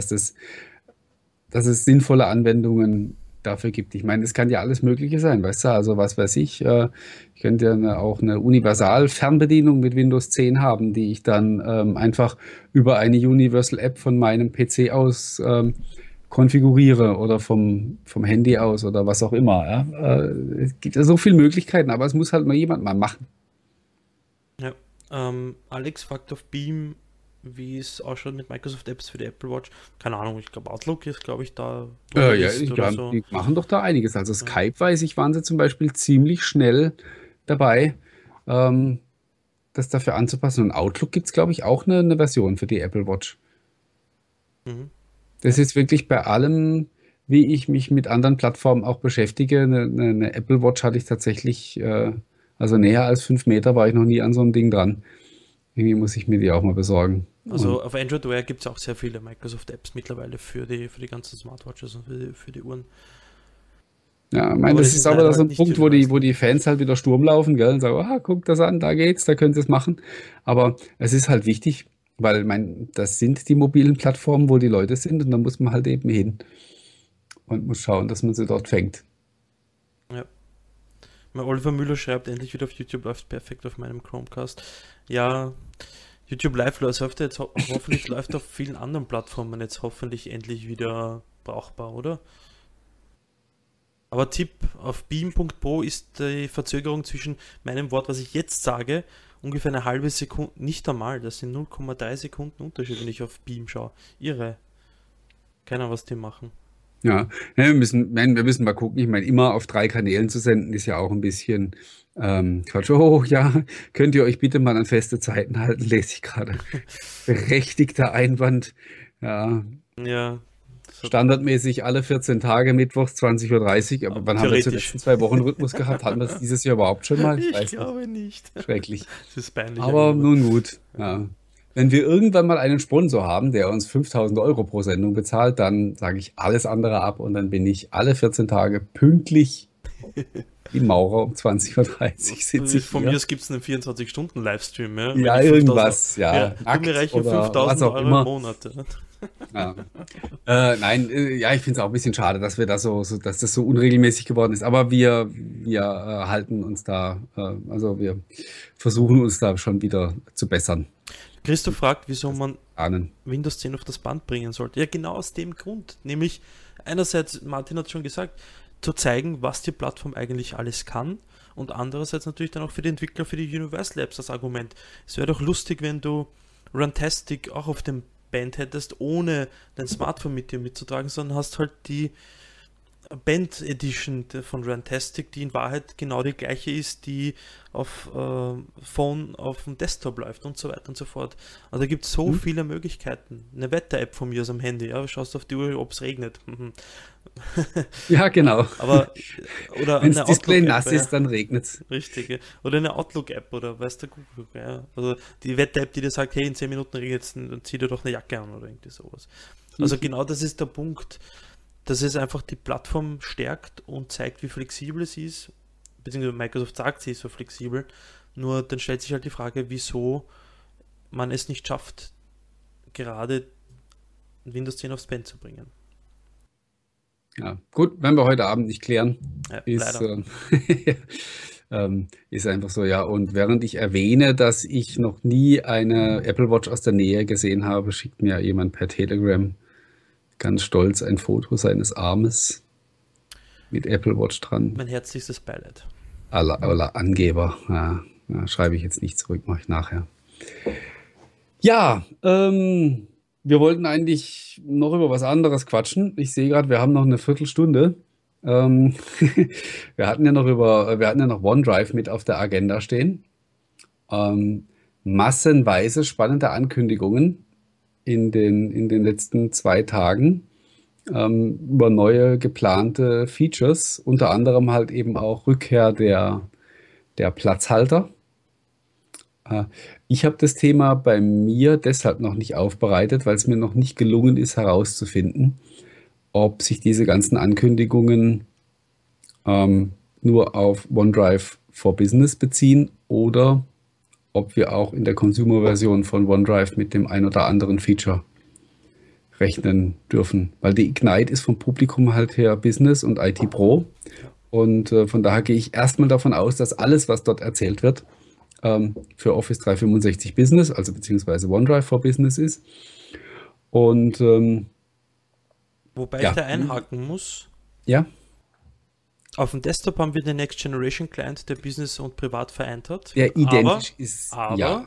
dass es sinnvolle Anwendungen dafür gibt. Ich meine, es kann ja alles Mögliche sein, weißt du? Also was weiß ich, ich könnte ja auch eine Universal-Fernbedienung mit Windows 10 haben, die ich dann einfach über eine Universal App von meinem PC aus konfiguriere oder vom Handy aus oder was auch immer. Ja? Es gibt ja so viele Möglichkeiten, aber es muss halt mal jemand mal machen. Ja. Alex fragt auf Beam, wie es ausschaut mit Microsoft Apps für die Apple Watch. Keine Ahnung, ich glaube Outlook ist, glaube ich, da oder Ja, ist oder so. die machen doch da einiges. Also Ja. Skype, weiß ich, waren sie zum Beispiel ziemlich schnell dabei, ähm, das dafür anzupassen. Und Outlook gibt es, glaube ich, auch eine Version für die Apple Watch. Mhm. Das ist wirklich bei allem, wie ich mich mit anderen Plattformen auch beschäftige. Eine Apple Watch hatte ich tatsächlich, also näher als 5 Meter war ich noch nie an so einem Ding dran. Irgendwie muss ich mir die auch mal besorgen. Und Also auf Android Wear gibt es auch sehr viele Microsoft Apps mittlerweile für die ganzen Smartwatches und für die Uhren. ja, ich meine, Aber das das ist ist aber leider so halt ein nicht Punkt, wo universal. die Fans halt wieder Sturm laufen, gell, und sagen, ah, guck das an, da geht's, da könnt ihr es machen. Aber es ist halt wichtig, weil, ich meine, das sind die mobilen Plattformen, wo die Leute sind und da muss man halt eben hin und muss schauen, dass man sie dort fängt. Ja. Mein Oliver Müller schreibt, endlich wieder auf YouTube läuft perfekt auf meinem Chromecast. Ja, YouTube Live läuft jetzt hoffentlich läuft auf vielen anderen Plattformen jetzt hoffentlich endlich wieder brauchbar, oder? Aber Tipp, auf beam.pro ist die Verzögerung zwischen meinem Wort, was ich jetzt sage, ungefähr eine halbe Sekunde, nicht einmal, das sind 0,3 Sekunden Unterschied, wenn ich auf Beam schaue. Irre. Keiner, was die machen. Ja, ja, wir müssen mal gucken. Ich meine, immer auf 3 Kanälen zu senden, ist ja auch ein bisschen Quatsch. Oh ja, könnt ihr euch bitte mal an feste Zeiten halten, lese ich gerade. Berechtigter Einwand. Ja, Ja, das hat, standardmäßig alle 14 Tage, mittwochs 20:30 Uhr. Aber wann haben wir zuletzt theoretisch. einen 2 Wochen Rhythmus gehabt? Hatten wir es dieses Jahr überhaupt schon mal? Ich Ich weiß nicht. glaube nicht. Schrecklich. Das ist peinlich Aber eigentlich. nun gut. Ja. Ja. Wenn wir irgendwann mal einen Sponsor haben, der uns 5.000 € pro Sendung bezahlt, dann sage ich alles andere ab und dann bin ich alle 14 Tage pünktlich wie ein Maurer um 20:30 Uhr sitze ich Von mir hier. aus gibt es einen 24-Stunden-Livestream, ja, wenn Ja, ich 5000 irgendwas, ja, ja, du mir nackt reichen oder was 5000 auch Euro im immer. Monat. Ja. Ja. Nein, ja, ich finde es auch ein bisschen schade, dass wir da dass das so unregelmäßig geworden ist. Aber wir halten uns da, also wir versuchen uns da schon wieder zu bessern. Christoph fragt, wieso Das man ahnen. Windows 10 auf das Band bringen sollte. Ja, genau aus dem Grund. Nämlich einerseits, Martin hat schon gesagt, zu zeigen, was die Plattform eigentlich alles kann und andererseits natürlich dann auch für die Entwickler, für die Universal Apps das Argument. Es wäre doch lustig, wenn du Runtastic auch auf dem Band hättest, ohne dein Smartphone mit dir mitzutragen, sondern hast halt die Band Edition von Runtastic, die in Wahrheit genau die gleiche ist, die auf Phone, auf dem Desktop läuft und so weiter und so fort. Also da gibt es so Hm? viele Möglichkeiten. Eine Wetter-App von mir aus am Handy, ja, schaust auf die Uhr, ob es regnet. Mhm. Ja, genau. Aber, oder Wenn das eine Display Outlook-App, nass ja, ist, dann regnet es. richtig. Ja. Oder eine Outlook-App oder weißt du, Google, ja. Also die Wetter-App, die dir sagt, hey, in 10 Minuten regnet es, dann zieh dir doch eine Jacke an oder irgendwie sowas. Also genau das ist der Punkt, dass es einfach die Plattform stärkt und zeigt, wie flexibel sie ist, beziehungsweise Microsoft sagt, sie ist so flexibel, nur dann stellt sich halt die Frage, wieso man es nicht schafft, gerade Windows 10 aufs Band zu bringen. Ja, gut, werden wir heute Abend nicht klären. Ja, Ist, leider. ist einfach so, ja. Und während ich erwähne, dass ich noch nie eine Apple Watch aus der Nähe gesehen habe, schickt mir jemand per Telegram ganz stolz ein Foto seines Armes mit Apple Watch dran. Mein herzlichstes Beileid. Aller Angeber. Ja, ja, schreibe ich jetzt nicht zurück, mache ich nachher. Ja, wir wollten eigentlich noch über was anderes quatschen. Ich sehe gerade, wir haben noch eine Viertelstunde. Ähm, wir hatten ja noch OneDrive mit auf der Agenda stehen. Ähm, massenweise spannende Ankündigungen in den letzten 2 Tagen über neue geplante Features, unter anderem halt eben auch Rückkehr der Platzhalter. Äh, Ich habe das Thema bei mir deshalb noch nicht aufbereitet, weil es mir noch nicht gelungen ist herauszufinden, ob sich diese ganzen Ankündigungen ähm, nur auf OneDrive for Business beziehen oder ob wir auch in der Consumer-Version von OneDrive mit dem ein oder anderen Feature rechnen dürfen. Weil die Ignite ist vom Publikum halt her Business und IT Pro. Ja. Und von daher gehe ich erstmal davon aus, dass alles, was dort erzählt wird, für Office 365 Business, also beziehungsweise OneDrive for Business ist. Und Wobei ich ja, da einhaken muss. ja, Auf dem Desktop haben wir den Next Generation Client, der Business und Privat vereint hat. der Aber, identisch ist, aber ja.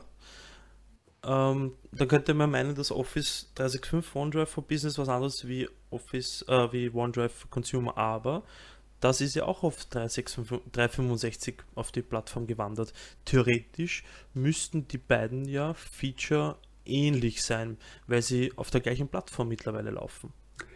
da könnte man meinen, dass Office 365 OneDrive for Business was anderes wie OneDrive for Consumer, aber das ist ja auch auf 365 auf die Plattform gewandert. Theoretisch müssten die beiden ja Feature ähnlich sein, weil sie auf der gleichen Plattform mittlerweile laufen.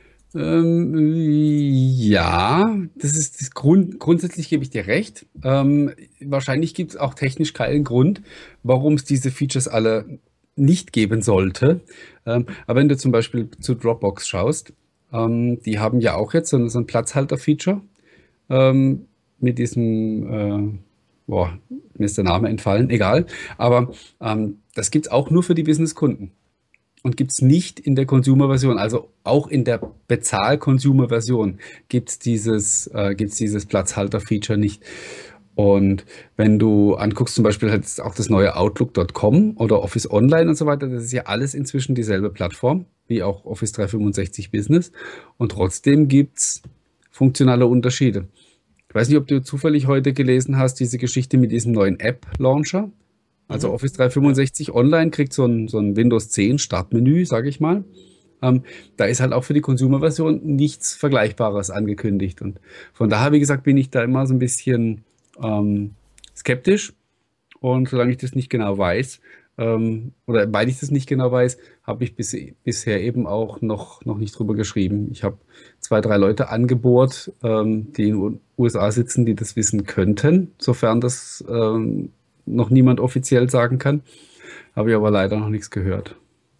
Ja, das ist das grundsätzlich gebe ich dir recht. Wahrscheinlich gibt es auch technisch keinen Grund, warum es diese Features alle nicht geben sollte. Aber wenn du zum Beispiel zu Dropbox schaust, die haben ja auch jetzt so ein Platzhalter-Feature mit diesem, boah, mir ist der Name entfallen, egal. Aber das gibt es auch nur für die Business-Kunden und gibt es nicht in der Consumer-Version. Also auch in der Bezahl-Consumer-Version gibt's dieses Platzhalter-Feature nicht. Und wenn du anguckst, zum Beispiel halt auch das neue Outlook.com oder Office Online und so weiter, das ist ja alles inzwischen dieselbe Plattform, wie auch Office 365 Business. Und trotzdem gibt's funktionale Unterschiede. Ich weiß nicht, ob du zufällig heute gelesen hast, diese Geschichte mit diesem neuen App-Launcher. Also Mhm. Office Ja. 365 Online kriegt so ein Windows 10 Startmenü, sage ich mal. Da ist halt auch für die Consumer-Version nichts Vergleichbares angekündigt. Und von daher, wie gesagt, bin ich da immer so ein bisschen skeptisch. Und solange ich das nicht genau weiß, oder weil ich das nicht genau weiß, habe ich bisher eben auch noch nicht drüber geschrieben. Ich habe 2, 3 Leute angebohrt, die in den USA sitzen, die das wissen könnten, sofern das noch niemand offiziell sagen kann. Habe ich aber leider noch nichts gehört.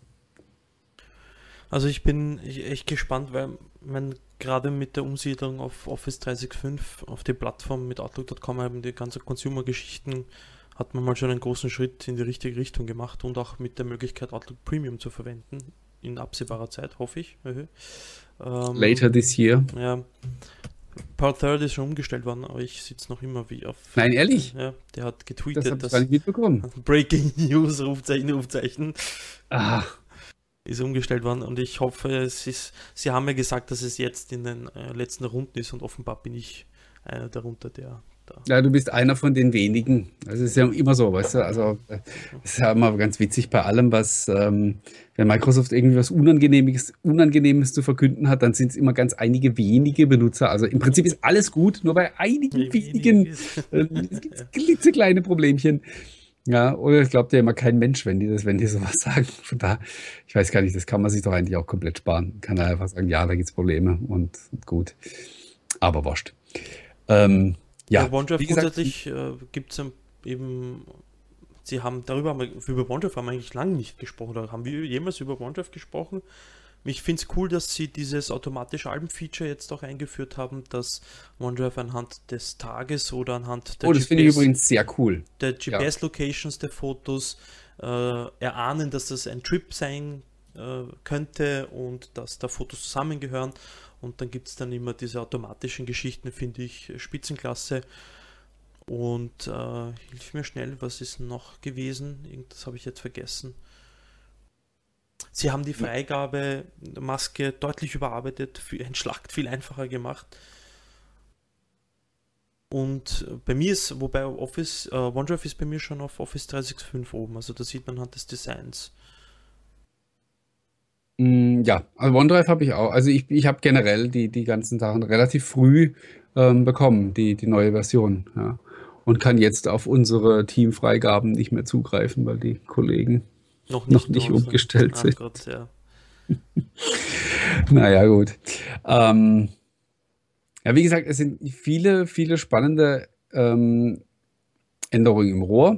Also ich bin echt gespannt, weil man gerade mit der Umsiedlung auf Office 365 auf die Plattform mit Outlook.com eben die ganzen Consumer-Geschichten hat man mal schon einen großen Schritt in die richtige Richtung gemacht und auch mit der Möglichkeit Outlook Premium zu verwenden in absehbarer Zeit, hoffe ich. Later Ähm, this year. ja, Paul Third ist schon umgestellt worden, aber ich sitze noch immer wie auf. Nein, ehrlich, Ja, der hat das habe getweetet, ich gar dass nicht mitbekommen. Breaking News, Rufzeichen, Rufzeichen, Ah, ist umgestellt worden und ich hoffe, sie haben mir gesagt, dass es jetzt in den letzten Runden ist und offenbar bin ich einer darunter, der da. ja, du bist einer von den wenigen. Das ist ja immer so, weißt du. Also, das ist ja immer ganz witzig bei allem, wenn Microsoft irgendwie was Unangenehmes zu verkünden hat, dann sind es immer ganz einige wenige Benutzer. Also im Prinzip ist alles gut, nur bei einigen Wie wenig wenigen ist. gibt es klitzekleine Problemchen. Ja, oder ich glaube ja immer kein Mensch, wenn die sowas sagen. Von da, ich weiß gar nicht, das kann man sich doch eigentlich auch komplett sparen. Kann er einfach sagen, ja, da gibt es Probleme und gut. Aber wurscht. Ähm, Ja, ja, OneDrive wie gesagt, grundsätzlich gibt es eben, über OneDrive haben wir eigentlich lange nicht gesprochen, oder haben wir jemals über OneDrive gesprochen? Ich finde es cool, dass sie dieses automatische Alben-Feature jetzt auch eingeführt haben, dass OneDrive anhand des Tages oder anhand oh, das finde ich übrigens sehr cool. der Ja. GPS-Locations der Fotos erahnen, dass das ein Trip sein könnte und dass da Fotos zusammengehören. Und dann gibt es dann immer diese automatischen Geschichten, finde ich spitzenklasse. Und hilf mir schnell, was ist noch gewesen? Irgendwas habe ich jetzt vergessen. Sie haben die Freigabemaske deutlich überarbeitet, entschlackt, viel einfacher gemacht. Und bei mir ist, wobei OneDrive ist bei mir schon auf Office 365 oben, also da sieht man anhand des Designs. Ja, also OneDrive habe ich auch. Also ich habe generell die ganzen Sachen relativ früh bekommen, die neue Version. Ja. Und kann jetzt auf unsere Teamfreigaben nicht mehr zugreifen, weil die Kollegen Noch noch nicht nicht drauf sind. umgestellt Ach sind. Gott, ja. Naja, gut. Ähm, ja, wie gesagt, es sind viele, viele spannende Änderungen im Rohr,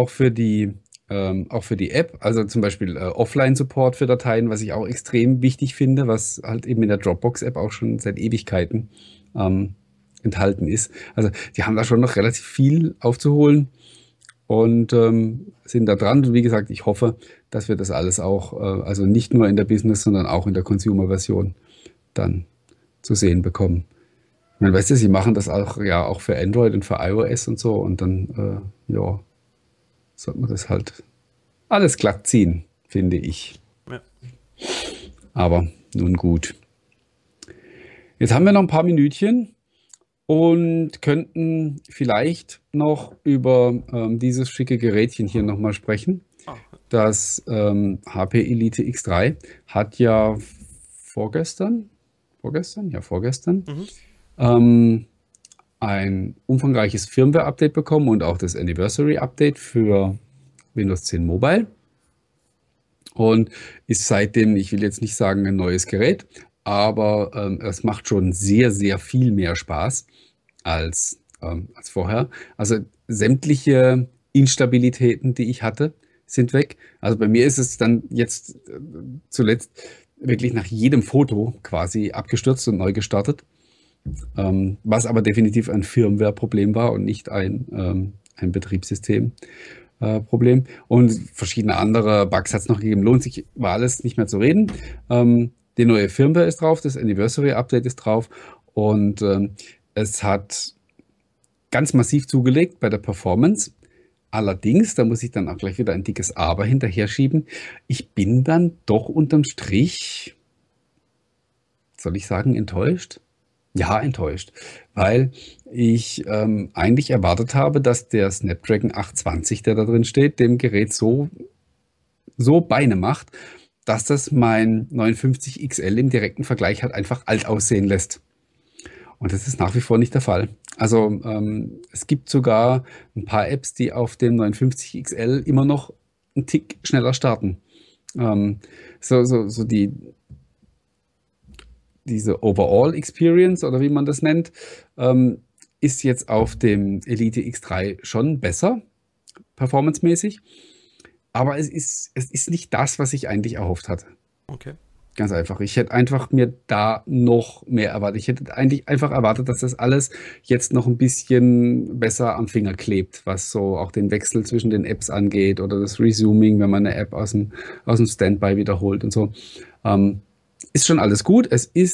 auch für die App, also zum Beispiel Offline-Support für Dateien, was ich auch extrem wichtig finde, was halt eben in der Dropbox-App auch schon seit Ewigkeiten ähm, enthalten ist. Also die haben da schon noch relativ viel aufzuholen und sind da dran. Und wie gesagt, ich hoffe, dass wir das alles auch, also nicht nur in der Business, sondern auch in der Consumer-Version dann zu sehen bekommen. Man weiß ja, sie machen das auch, ja, auch für Android und für iOS und so und dann, ja, sollte man das halt alles glatt ziehen, finde ich. Ja. Aber nun gut. Jetzt haben wir noch ein paar Minütchen und könnten vielleicht noch über dieses schicke Gerätchen hier nochmal sprechen. Ah, Das HP Elite X3 hat ja vorgestern? Ja, vorgestern, mhm. ähm, ein umfangreiches Firmware-Update bekommen und auch das Anniversary-Update für Windows 10 Mobile und ist seitdem, ich will jetzt nicht sagen ein neues Gerät, aber es macht schon sehr, sehr viel mehr Spaß als vorher. Also sämtliche Instabilitäten, die ich hatte, sind weg. Also bei mir ist es dann jetzt zuletzt wirklich nach jedem Foto quasi abgestürzt und neu gestartet. Was aber definitiv ein Firmware-Problem war und nicht ein Betriebssystem-Problem. Und verschiedene andere Bugs hat es noch gegeben. Lohnt sich, war alles nicht mehr zu reden. Die neue Firmware ist drauf, das Anniversary-Update ist drauf und es hat ganz massiv zugelegt bei der Performance. Allerdings, da muss ich dann auch gleich wieder ein dickes Aber hinterher schieben. Ich bin dann doch unterm Strich, soll ich sagen, enttäuscht? Ja, enttäuscht, weil ich eigentlich erwartet habe, dass der Snapdragon 820, der da drin steht, dem Gerät so Beine macht, dass das mein 59 XL im direkten Vergleich halt einfach alt aussehen lässt. Und das ist nach wie vor nicht der Fall. Also es gibt sogar ein paar Apps, die auf dem 59 XL immer noch einen Tick schneller starten. Ähm, so diese Overall Experience oder wie man das nennt, ist jetzt auf dem Elite X3 schon besser, performancemäßig. Aber es ist nicht das, was ich eigentlich erhofft hatte. Okay. Ganz einfach. Ich hätte einfach mir da noch mehr erwartet. Ich hätte eigentlich einfach erwartet, dass das alles jetzt noch ein bisschen besser am Finger klebt, was so auch den Wechsel zwischen den Apps angeht oder das Resuming, wenn man eine App aus dem Standby wiederholt und so. Ist schon alles gut.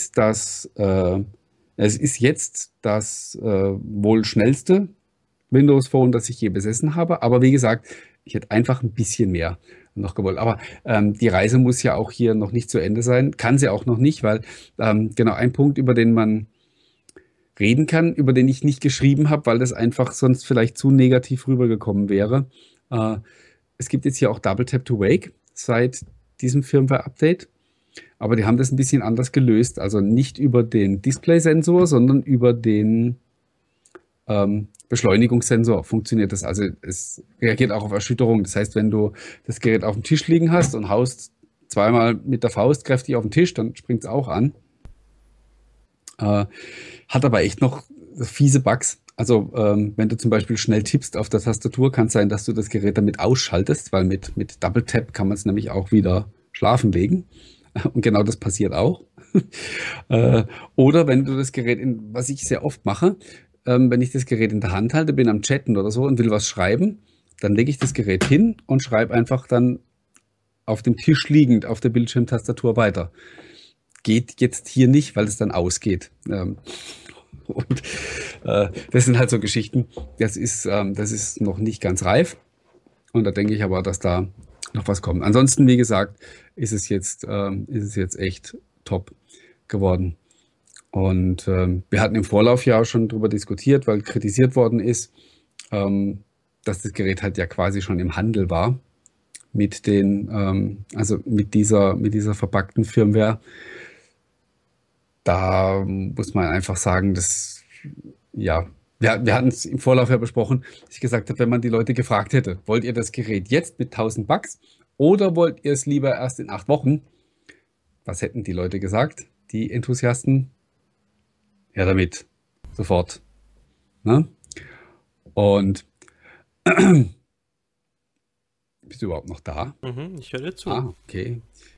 Es ist jetzt das wohl schnellste Windows Phone, das ich je besessen habe. Aber wie gesagt, ich hätte einfach ein bisschen mehr noch gewollt. Aber die Reise muss ja auch hier noch nicht zu Ende sein. Kann sie auch noch nicht, weil genau ein Punkt, über den man reden kann, über den ich nicht geschrieben habe, weil das einfach sonst vielleicht zu negativ rübergekommen wäre. Äh, Es gibt jetzt hier auch Double Tap to Wake seit diesem Firmware-Update. Aber die haben das ein bisschen anders gelöst. Also nicht über den Display-Sensor, sondern über den Beschleunigungssensor funktioniert das. Also es reagiert auch auf Erschütterung. Das heißt, wenn du das Gerät auf dem Tisch liegen hast und haust zweimal mit der Faust kräftig auf den Tisch, dann springt es auch an. Hat aber echt noch fiese Bugs. Also wenn du zum Beispiel schnell tippst auf der Tastatur, kann es sein, dass du das Gerät damit ausschaltest, weil mit Double Tap kann man es nämlich auch wieder schlafen legen. Und genau das passiert auch. Oder wenn du das Gerät, was ich sehr oft mache, wenn ich das Gerät in der Hand halte, bin am Chatten oder so und will was schreiben, dann lege ich das Gerät hin und schreibe einfach dann auf dem Tisch liegend auf der Bildschirmtastatur weiter. Geht jetzt hier nicht, weil es dann ausgeht. Und das sind halt so Geschichten, das ist noch nicht ganz reif. Und da denke ich aber, dass da noch was kommt. Ansonsten, wie gesagt, ist es jetzt echt top geworden. Und wir hatten im Vorlauf ja auch schon darüber diskutiert, weil kritisiert worden ist, dass das Gerät halt ja quasi schon im Handel war mit also mit dieser verpackten Firmware. Da muss man einfach sagen, ja, wir hatten es im Vorlauf ja besprochen, dass ich gesagt habe, wenn man die Leute gefragt hätte, wollt ihr das Gerät jetzt mit 1000 Bucks oder wollt ihr es lieber erst in 8 Wochen? Was hätten die Leute gesagt? Die Enthusiasten? Ja, damit. Sofort. Ne? Und bist du überhaupt noch da? Ich höre dir zu. Ah, okay.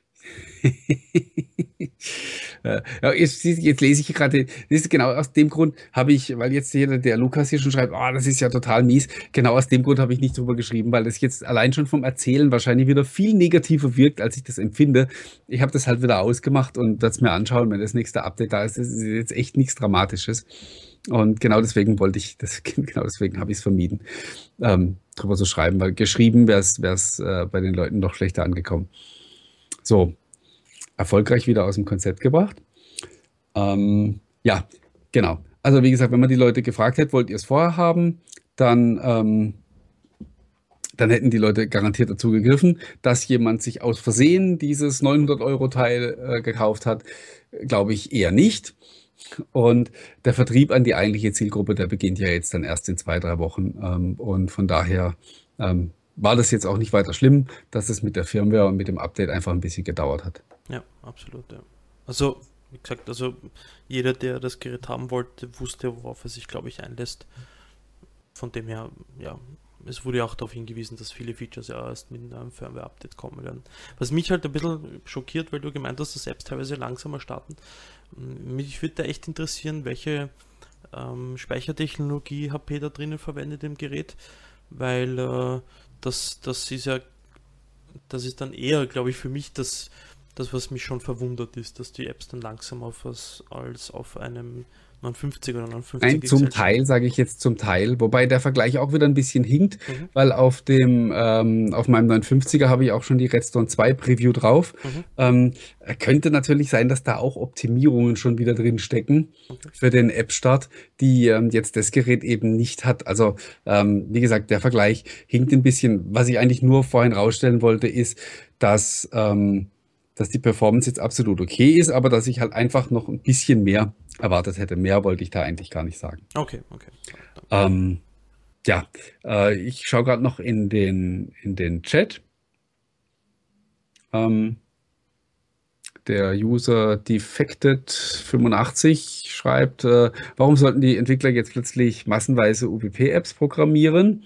Ja, jetzt lese ich gerade, das ist genau aus dem Grund weil jetzt hier der Lukas hier schon schreibt, oh, das ist ja total mies. Genau aus dem Grund habe ich nicht drüber geschrieben, weil das jetzt allein schon vom Erzählen wahrscheinlich wieder viel negativer wirkt, als ich das empfinde. Ich habe das halt wieder ausgemacht und werde es mir anschauen, wenn das nächste Update da ist. Das ist jetzt echt nichts Dramatisches. Und genau deswegen genau deswegen habe ich es vermieden, drüber zu schreiben, weil geschrieben wäre es bei den Leuten noch schlechter angekommen. So, erfolgreich wieder aus dem Konzept gebracht. Ja, genau. Also wie gesagt, wenn man die Leute gefragt hätte, wollt ihr es vorher haben, dann hätten die Leute garantiert dazu gegriffen. Dass jemand sich aus Versehen dieses 900-Euro-Teil gekauft hat, glaube ich eher nicht. Und der Vertrieb an die eigentliche Zielgruppe, der beginnt ja jetzt dann erst in 2, 3 Wochen. Und von daher war das jetzt auch nicht weiter schlimm, dass es mit der Firmware und mit dem Update einfach ein bisschen gedauert hat. Ja, absolut. Ja. Also, wie gesagt, jeder, der das Gerät haben wollte, wusste, worauf er sich, glaube ich, einlässt. Von dem her, ja, es wurde ja auch darauf hingewiesen, dass viele Features ja erst mit einem Firmware-Update kommen werden. Was mich halt ein bisschen schockiert, weil du gemeint hast, dass Apps teilweise langsamer starten. Mich würde da echt interessieren, welche Speichertechnologie HP da drinnen verwendet im Gerät, weil das ist dann eher, glaube ich, für mich das, was mich schon verwundert ist, dass die Apps dann langsamer als auf einem 59 oder 59 Nein, zum Teil, sage ich jetzt zum Teil, wobei der Vergleich auch wieder ein bisschen hinkt, weil auf meinem 59er habe ich auch schon die Redstone 2 Preview drauf. Könnte natürlich sein, dass da auch Optimierungen schon wieder drin stecken für den App-Start, die jetzt das Gerät eben nicht hat. Also wie gesagt, der Vergleich hinkt ein bisschen. Was ich eigentlich nur vorhin rausstellen wollte, ist, dass die Performance jetzt absolut okay ist, aber dass ich halt einfach noch ein bisschen mehr erwartet hätte. Mehr wollte ich da eigentlich gar nicht sagen. Okay. Ja, ich schaue gerade noch in den Chat. Der User Defected85 schreibt, warum sollten die Entwickler jetzt plötzlich massenweise UWP-Apps programmieren?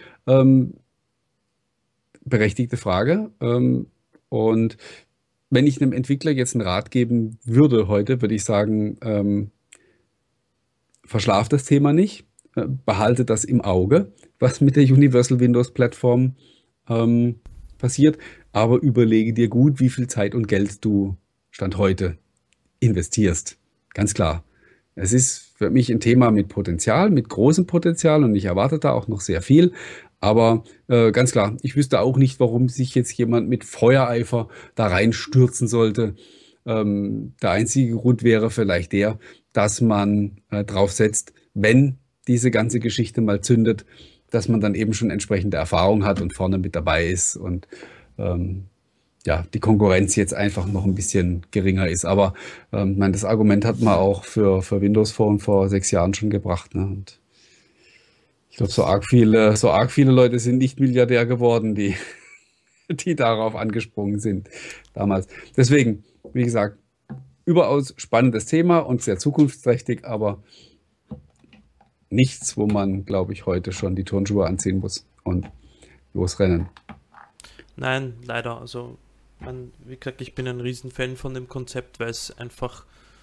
Berechtigte Frage. Und wenn ich einem Entwickler jetzt einen Rat geben würde heute, würde ich sagen, verschlaf das Thema nicht, behalte das im Auge, was mit der Universal Windows Plattform passiert, aber überlege dir gut, wie viel Zeit und Geld du Stand heute investierst. Ganz klar. Es ist für mich ein Thema mit Potenzial, mit großem Potenzial und ich erwarte da auch noch sehr viel. Aber ganz klar, ich wüsste auch nicht, warum sich jetzt jemand mit Feuereifer da reinstürzen sollte. Der einzige Grund wäre vielleicht der, dass man drauf setzt, wenn diese ganze Geschichte mal zündet, dass man dann eben schon entsprechende Erfahrung hat und vorne mit dabei ist und ja, die Konkurrenz jetzt einfach noch ein bisschen geringer ist. Aber das Argument hat man auch für Windows Phone vor 6 Jahren schon gebracht. Ne? Und ich glaube, so arg viele Leute sind nicht Milliardär geworden, die darauf angesprungen sind damals. Deswegen, wie gesagt, überaus spannendes Thema und sehr zukunftsträchtig, aber nichts, wo man, glaube ich, heute schon die Turnschuhe anziehen muss und losrennen. Nein, leider. Also, wie gesagt, ich bin ein Riesenfan von dem Konzept, weil es einfach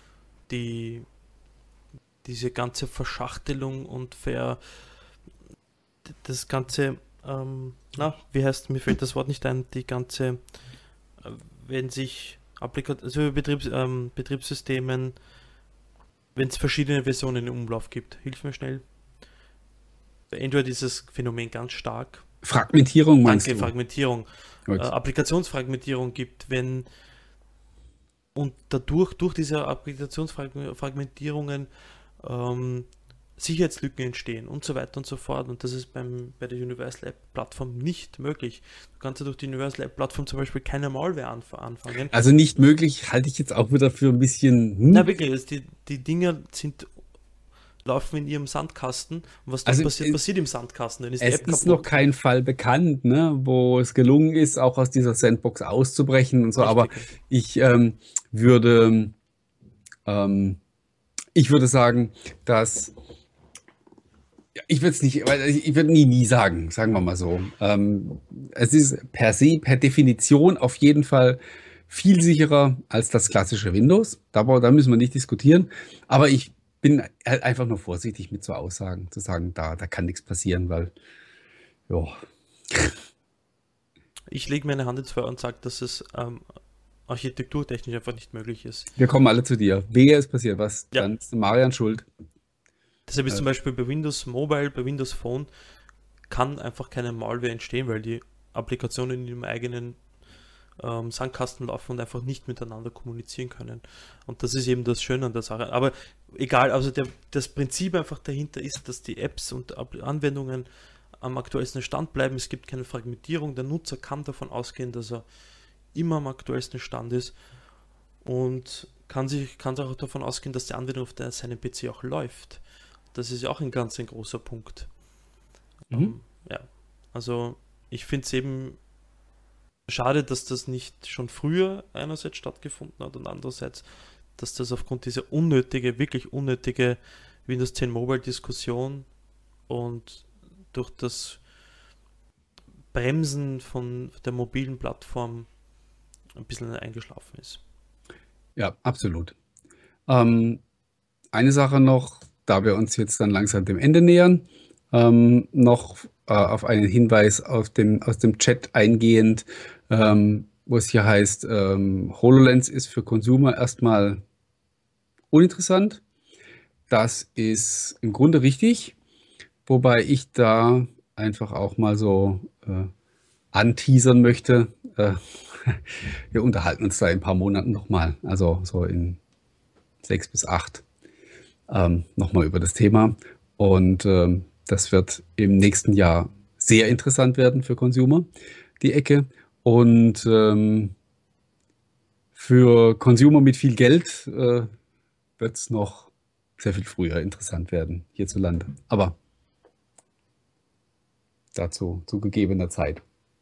diese ganze Verschachtelung und das ganze, mir fällt das Wort nicht ein, die ganze, wenn sich also Betriebssystemen, wenn es verschiedene Versionen im Umlauf gibt. Hilf mir schnell. Bei Android ist das Phänomen ganz stark. Fragmentierung meinst danke, du? Fragmentierung, Gut. Applikationsfragmentierung gibt, wenn und dadurch, durch diese Applikationsfragmentierungen ähm, Sicherheitslücken entstehen und so weiter und so fort. Und das ist bei der Universal App Plattform nicht möglich. Du kannst ja durch die Universal App Plattform zum Beispiel keine Malware anfangen. Also nicht möglich, halte ich jetzt auch wieder für ein bisschen, Na wirklich, die Dinger laufen in ihrem Sandkasten und was dort also passiert, passiert im Sandkasten. Dann ist die es App ist noch kaputt. kein Fall bekannt, ne, wo es gelungen ist, auch aus dieser Sandbox auszubrechen und so, aber Richtig, richtig. ich würde, ähm, ich würde sagen, dass ja, ich würde es nicht, weil ich würde nie sagen, sagen wir mal so. Es ist per se, per Definition auf jeden Fall viel sicherer als das klassische Windows. Da müssen wir nicht diskutieren. Aber ich bin halt einfach nur vorsichtig mit so Aussagen, zu sagen, da kann nichts passieren, weil, ja, Ich lege meine Hand ins Feuer und sage, dass es architekturtechnisch einfach nicht möglich ist. wir kommen alle zu dir. Wehe, es passiert was, Ja, dann ist Marian schuld. deshalb ist Äh, zum Beispiel bei Windows Mobile, bei Windows Phone kann einfach keine Malware entstehen, weil die Applikationen in ihrem eigenen Sandkasten laufen und einfach nicht miteinander kommunizieren können. Und das ist eben das Schöne an der Sache. Aber egal, also das Prinzip einfach dahinter ist, dass die Apps und Anwendungen am aktuellsten Stand bleiben. Es gibt keine Fragmentierung. Der Nutzer kann davon ausgehen, dass er immer am aktuellsten Stand ist und kann auch davon ausgehen, dass die Anwendung auf seinem PC auch läuft. Das ist ja auch ein großer Punkt. mhm. Ja, also ich finde es eben schade, dass das nicht schon früher einerseits stattgefunden hat und andererseits, dass das aufgrund dieser wirklich unnötige Windows 10 Mobile Diskussion und durch das Bremsen von der mobilen Plattform ein bisschen eingeschlafen ist. Ja, absolut. Ähm, Eine Sache noch, da wir uns jetzt dann langsam dem Ende nähern, noch auf einen Hinweis aus dem Chat eingehend, wo es hier heißt, HoloLens ist für Consumer erstmal uninteressant. Das ist im Grunde richtig, wobei ich da einfach auch mal so anteasern möchte. Wir unterhalten uns da in ein paar Monaten nochmal, also so in 6 bis 8 nochmal über das Thema. Und das wird im nächsten Jahr sehr interessant werden für Consumer, die Ecke. Und für Consumer mit viel Geld wird es noch sehr viel früher interessant werden hierzulande. Aber dazu zu gegebener Zeit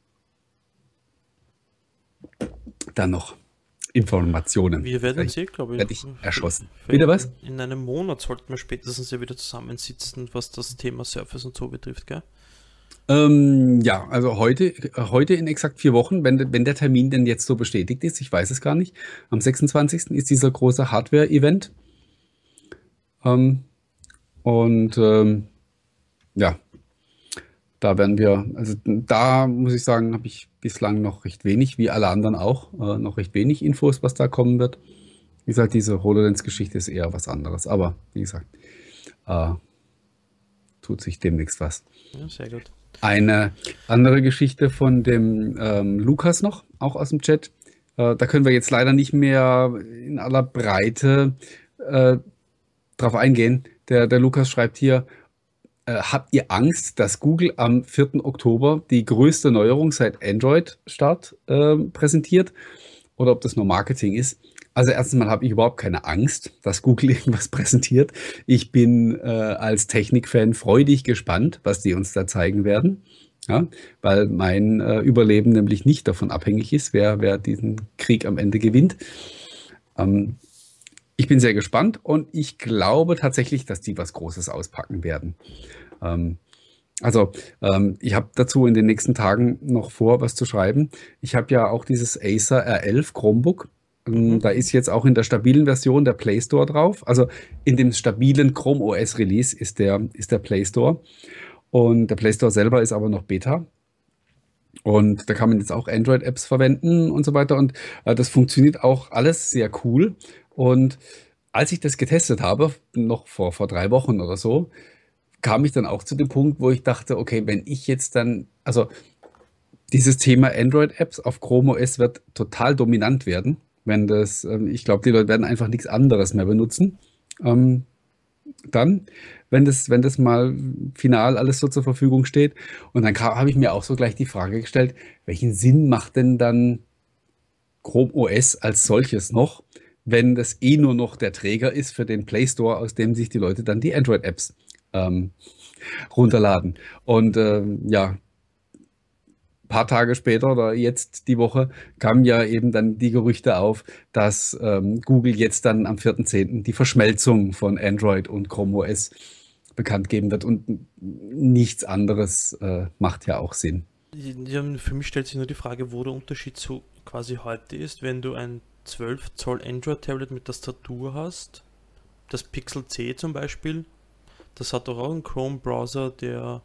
dann noch Informationen. Wir werden Vielleicht sehen, glaube werde ich. ich erschossen. Bitte Vielleicht was? in einem Monat sollten wir spätestens ja wieder zusammensitzen, was das Thema Surface und so betrifft, gell? Ja, also heute in exakt 4 Wochen, wenn der Termin denn jetzt so bestätigt ist, ich weiß es gar nicht. Am 26. ist dieser große Hardware-Event. Ähm, und ja, da werden wir, also da muss ich sagen, habe ich bislang noch recht wenig, wie alle anderen auch, noch recht wenig Infos, was da kommen wird. Wie gesagt, diese HoloLens-Geschichte ist eher was anderes. Aber wie gesagt, äh, tut sich demnächst was. Ja, sehr gut. Eine andere Geschichte von dem Lukas noch, auch aus dem Chat. Da können wir jetzt leider nicht mehr in aller Breite drauf eingehen. Der Lukas schreibt hier, habt ihr Angst, dass Google am 4. Oktober die größte Neuerung seit Android-Start präsentiert? Oder ob das nur Marketing ist? Also erstens mal habe ich überhaupt keine Angst, dass Google irgendwas präsentiert. Ich bin als Technikfan freudig gespannt, was die uns da zeigen werden. Ja, weil mein Überleben nämlich nicht davon abhängig ist, wer diesen Krieg am Ende gewinnt. Ähm, Ich bin sehr gespannt und ich glaube tatsächlich, dass die was Großes auspacken werden. Ähm, also, ich habe dazu in den nächsten Tagen noch vor, was zu schreiben. Ich habe ja auch dieses Acer R11 Chromebook. Da Mhm. ist jetzt auch in der stabilen Version der Play Store drauf. Also in dem stabilen Chrome OS Release ist der Play Store. Und der Play Store selber ist aber noch Beta. Und da kann man jetzt auch Android-Apps verwenden und so weiter. Und das funktioniert auch alles sehr cool. Und als ich das getestet habe, noch vor 3 Wochen oder so, kam ich dann auch zu dem Punkt, wo ich dachte, okay, wenn ich jetzt dann, also dieses Thema Android-Apps auf Chrome OS wird total dominant werden, wenn das, ich glaube, die Leute werden einfach nichts anderes mehr benutzen. Ähm, dann, wenn das mal final alles so zur Verfügung steht. Und dann habe ich mir auch so gleich die Frage gestellt, welchen Sinn macht denn dann Chrome OS als solches noch, wenn das eh nur noch der Träger ist für den Play Store, aus dem sich die Leute dann die Android-Apps ähm, runterladen. Und ja, paar Tage später oder jetzt die Woche kamen ja eben dann die Gerüchte auf, dass Google jetzt dann am 4.10. die Verschmelzung von Android und Chrome OS bekannt geben wird. Und nichts anderes macht ja auch Sinn. Ja, für mich stellt sich nur die Frage, wo der Unterschied so quasi heute ist, wenn du ein 12 Zoll Android-Tablet mit Tastatur hast, das Pixel C zum Beispiel, das hat doch auch einen Chrome-Browser, der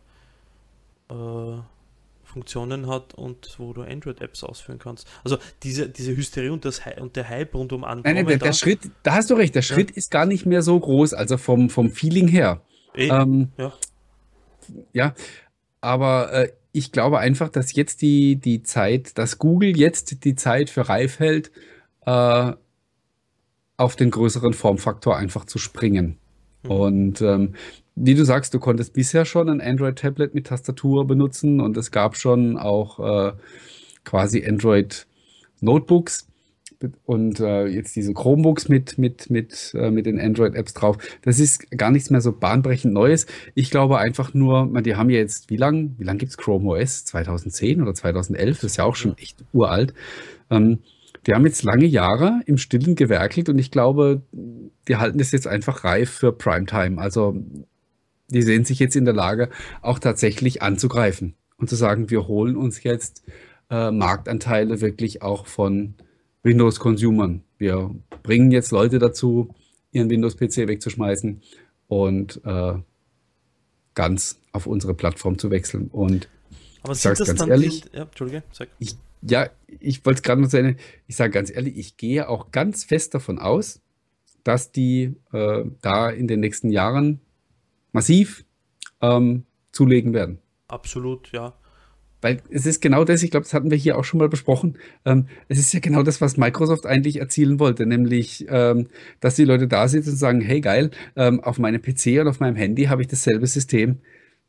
Funktionen hat und wo du Android-Apps ausführen kannst. Also diese Hysterie und der Hype rund um Nein, nein, der Schritt, da hast du recht, der Schritt ist gar nicht mehr so groß, also vom Feeling her. Ja. Ja, aber ich glaube einfach, dass jetzt die Zeit, dass Google jetzt die Zeit für reif hält, äh, auf den größeren Formfaktor einfach zu springen. Und wie du sagst, du konntest bisher schon ein Android-Tablet mit Tastatur benutzen und es gab schon auch quasi Android-Notebooks und jetzt diese Chromebooks mit den Android-Apps drauf. Das ist gar nichts mehr so bahnbrechend Neues. Ich glaube einfach nur, die haben ja jetzt, wie lang gibt es Chrome OS? 2010 oder 2011? Das ist ja auch schon echt uralt. Die haben jetzt lange Jahre im Stillen gewerkelt und ich glaube, die halten es jetzt einfach reif für Primetime. Also die sehen sich jetzt in der Lage, auch tatsächlich anzugreifen und zu sagen, wir holen uns jetzt Marktanteile wirklich auch von Windows-Consumern. Wir bringen jetzt Leute dazu, ihren Windows-PC wegzuschmeißen und ganz auf unsere Plattform zu wechseln. Und Aber ich sind sage es das ganz dann ehrlich, ja, Entschuldige, sag. ich wollte es gerade noch sagen, ich sage ganz ehrlich, ich gehe auch ganz fest davon aus, dass die da in den nächsten Jahren massiv zulegen werden. Absolut, ja. Weil es ist genau das, ich glaube, das hatten wir hier auch schon mal besprochen. Es ist ja genau das, was Microsoft eigentlich erzielen wollte, nämlich, dass die Leute da sitzen und sagen, hey geil, auf meinem PC und auf meinem Handy habe ich dasselbe System.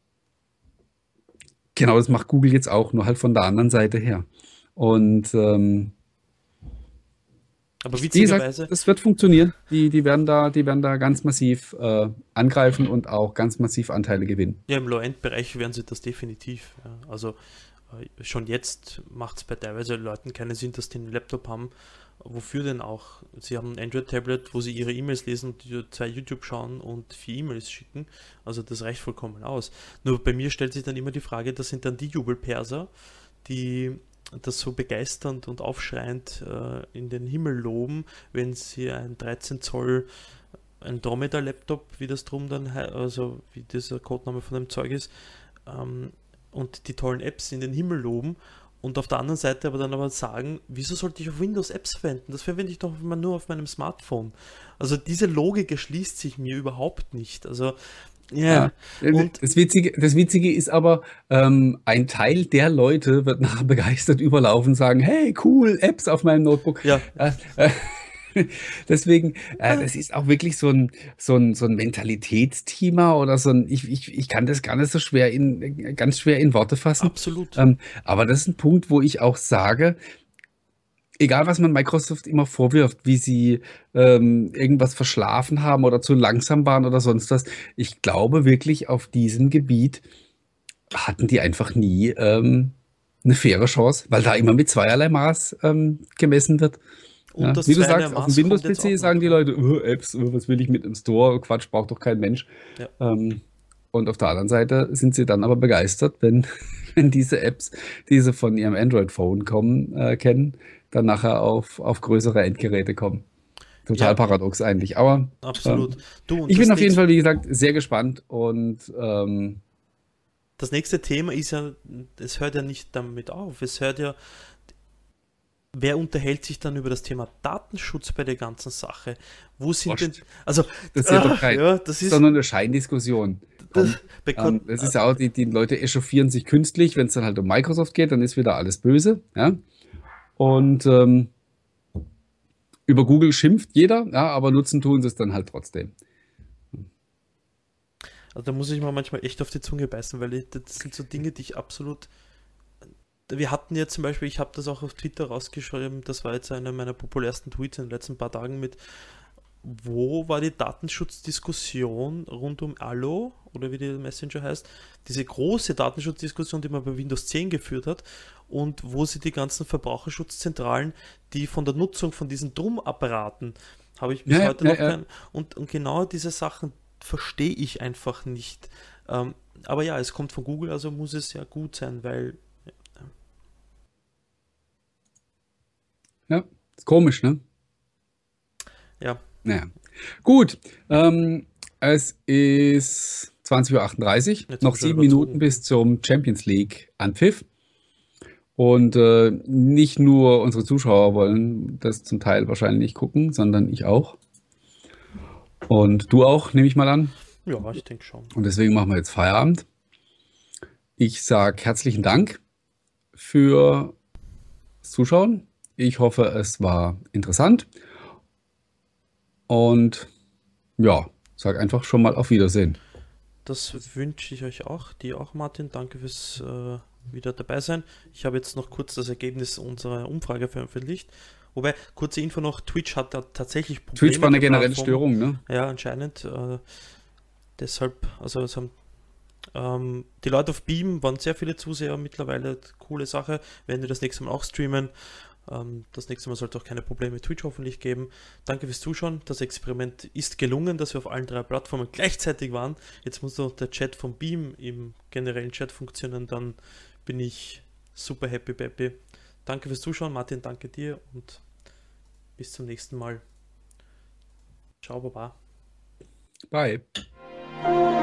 Genau, das macht Google jetzt auch, nur halt von der anderen Seite her. Und Aber wie gesagt, witzigerweise, das wird funktionieren. Die werden da ganz massiv angreifen und auch ganz massiv Anteile gewinnen. ja, im Low-End-Bereich werden sie das definitiv. Ja. Also schon jetzt macht es bei teilweise Leuten keinen Sinn, dass die einen Laptop haben. Wofür denn auch? Sie haben ein Android-Tablet, wo sie ihre E-Mails lesen und 2 YouTube schauen und 4 E-Mails schicken. Also das reicht vollkommen aus. Nur bei mir stellt sich dann immer die Frage, das sind dann die Jubelperser, die das so begeisternd und aufschreiend in den Himmel loben, wenn sie ein 13 Zoll Andromeda-Laptop, wie das drum dann, also wie dieser Codename von dem Zeug ist, und die tollen Apps in den Himmel loben und auf der anderen Seite aber sagen, wieso sollte ich auf Windows Apps verwenden? Das verwende ich doch immer nur auf meinem Smartphone. Also diese Logik erschließt sich mir überhaupt nicht. Also ja, und Das Witzige ist aber, ein Teil der Leute wird nachher begeistert überlaufen und sagen, hey, cool, Apps auf meinem Notebook. ja, Deswegen, das ist auch wirklich so ein Mentalitätsthema oder ich kann das gar nicht so ganz schwer in Worte fassen. absolut. Aber das ist ein Punkt, wo ich auch sage, egal was man Microsoft immer vorwirft, wie sie irgendwas verschlafen haben oder zu langsam waren oder sonst was, ich glaube wirklich, auf diesem Gebiet hatten die einfach nie eine faire Chance, weil da immer mit zweierlei Maß gemessen wird. Und Ja, das wie du zweite sagst, auf dem Maß kommt jetzt auch Windows-PC sagen noch. die Leute, Apps, was will ich mit im Store? Quatsch, braucht doch kein Mensch. Ja. Und auf der anderen Seite sind sie dann aber begeistert, wenn, wenn diese Apps, die sie von ihrem Android-Phone kennen, dann nachher auf größere Endgeräte kommen. Total Ja, paradox eigentlich. Aber absolut. Du, und ich bin auf jeden Fall, wie gesagt, sehr gespannt und das nächste Thema ist ja, es hört ja nicht damit auf. Es hört ja, wer unterhält sich dann über das Thema Datenschutz bei der ganzen Sache? Wo sind denn, wurscht. also, Das ist ja doch ja, das ist ist, doch nur eine Scheindiskussion. komm. bekommt, Es ist ja auch, die Leute echauffieren sich künstlich, wenn es dann halt um Microsoft geht, dann ist wieder alles böse. Ja? Und über Google schimpft jeder, ja, aber nutzen tun sie es dann halt trotzdem. also da muss ich mir manchmal echt auf die Zunge beißen, weil das sind so Dinge, die ich absolut. Wir hatten ja zum Beispiel, ich habe das auch auf Twitter rausgeschrieben, das war jetzt einer meiner populärsten Tweets in den letzten paar Tagen mit, wo war die Datenschutzdiskussion rund um Allo oder wie der Messenger heißt, diese große Datenschutzdiskussion, die man bei Windows 10 geführt hat und wo sie die ganzen Verbraucherschutzzentralen, die von der Nutzung von diesen Drumapparaten, habe ich bis Ja, heute ja, noch ja. kein, und genau diese Sachen verstehe ich einfach nicht. Aber ja, es kommt von Google, also muss es ja gut sein, weil Ja, ist komisch, ne? ja, Naja. Gut, es ist 20:38 Uhr, jetzt haben noch wir schon 7 Minuten überzogen. bis zum Champions League Anpfiff. Und nicht nur unsere Zuschauer wollen das zum Teil wahrscheinlich gucken, sondern ich auch. Und du auch, nehme ich mal an. Ja, ich denke schon. Und deswegen machen wir jetzt Feierabend. Ich sage herzlichen Dank fürs Zuschauen. Ich hoffe, es war interessant. Und ja, sag einfach schon mal auf Wiedersehen. Das wünsche ich euch auch, dir auch, Martin. Danke fürs wieder dabei sein. Ich habe jetzt noch kurz das Ergebnis unserer Umfrage veröffentlicht. Wobei, kurze Info noch, Twitch hat da tatsächlich Probleme. Twitch war eine mit der generelle Plattform. Störung, ne? Ja, anscheinend. Deshalb, also es haben die Leute auf Beam waren sehr viele Zuseher mittlerweile, coole Sache. Werden wir das nächste Mal auch streamen. Das nächste Mal sollte auch keine Probleme mit Twitch hoffentlich geben. Danke fürs Zuschauen. Das Experiment ist gelungen, dass wir auf allen 3 Plattformen gleichzeitig waren. Jetzt muss noch der Chat von Beam im generellen Chat funktionieren. Dann bin ich super happy, Peppy. Danke fürs Zuschauen, Martin, danke dir und bis zum nächsten Mal. Ciao, Baba. Bye.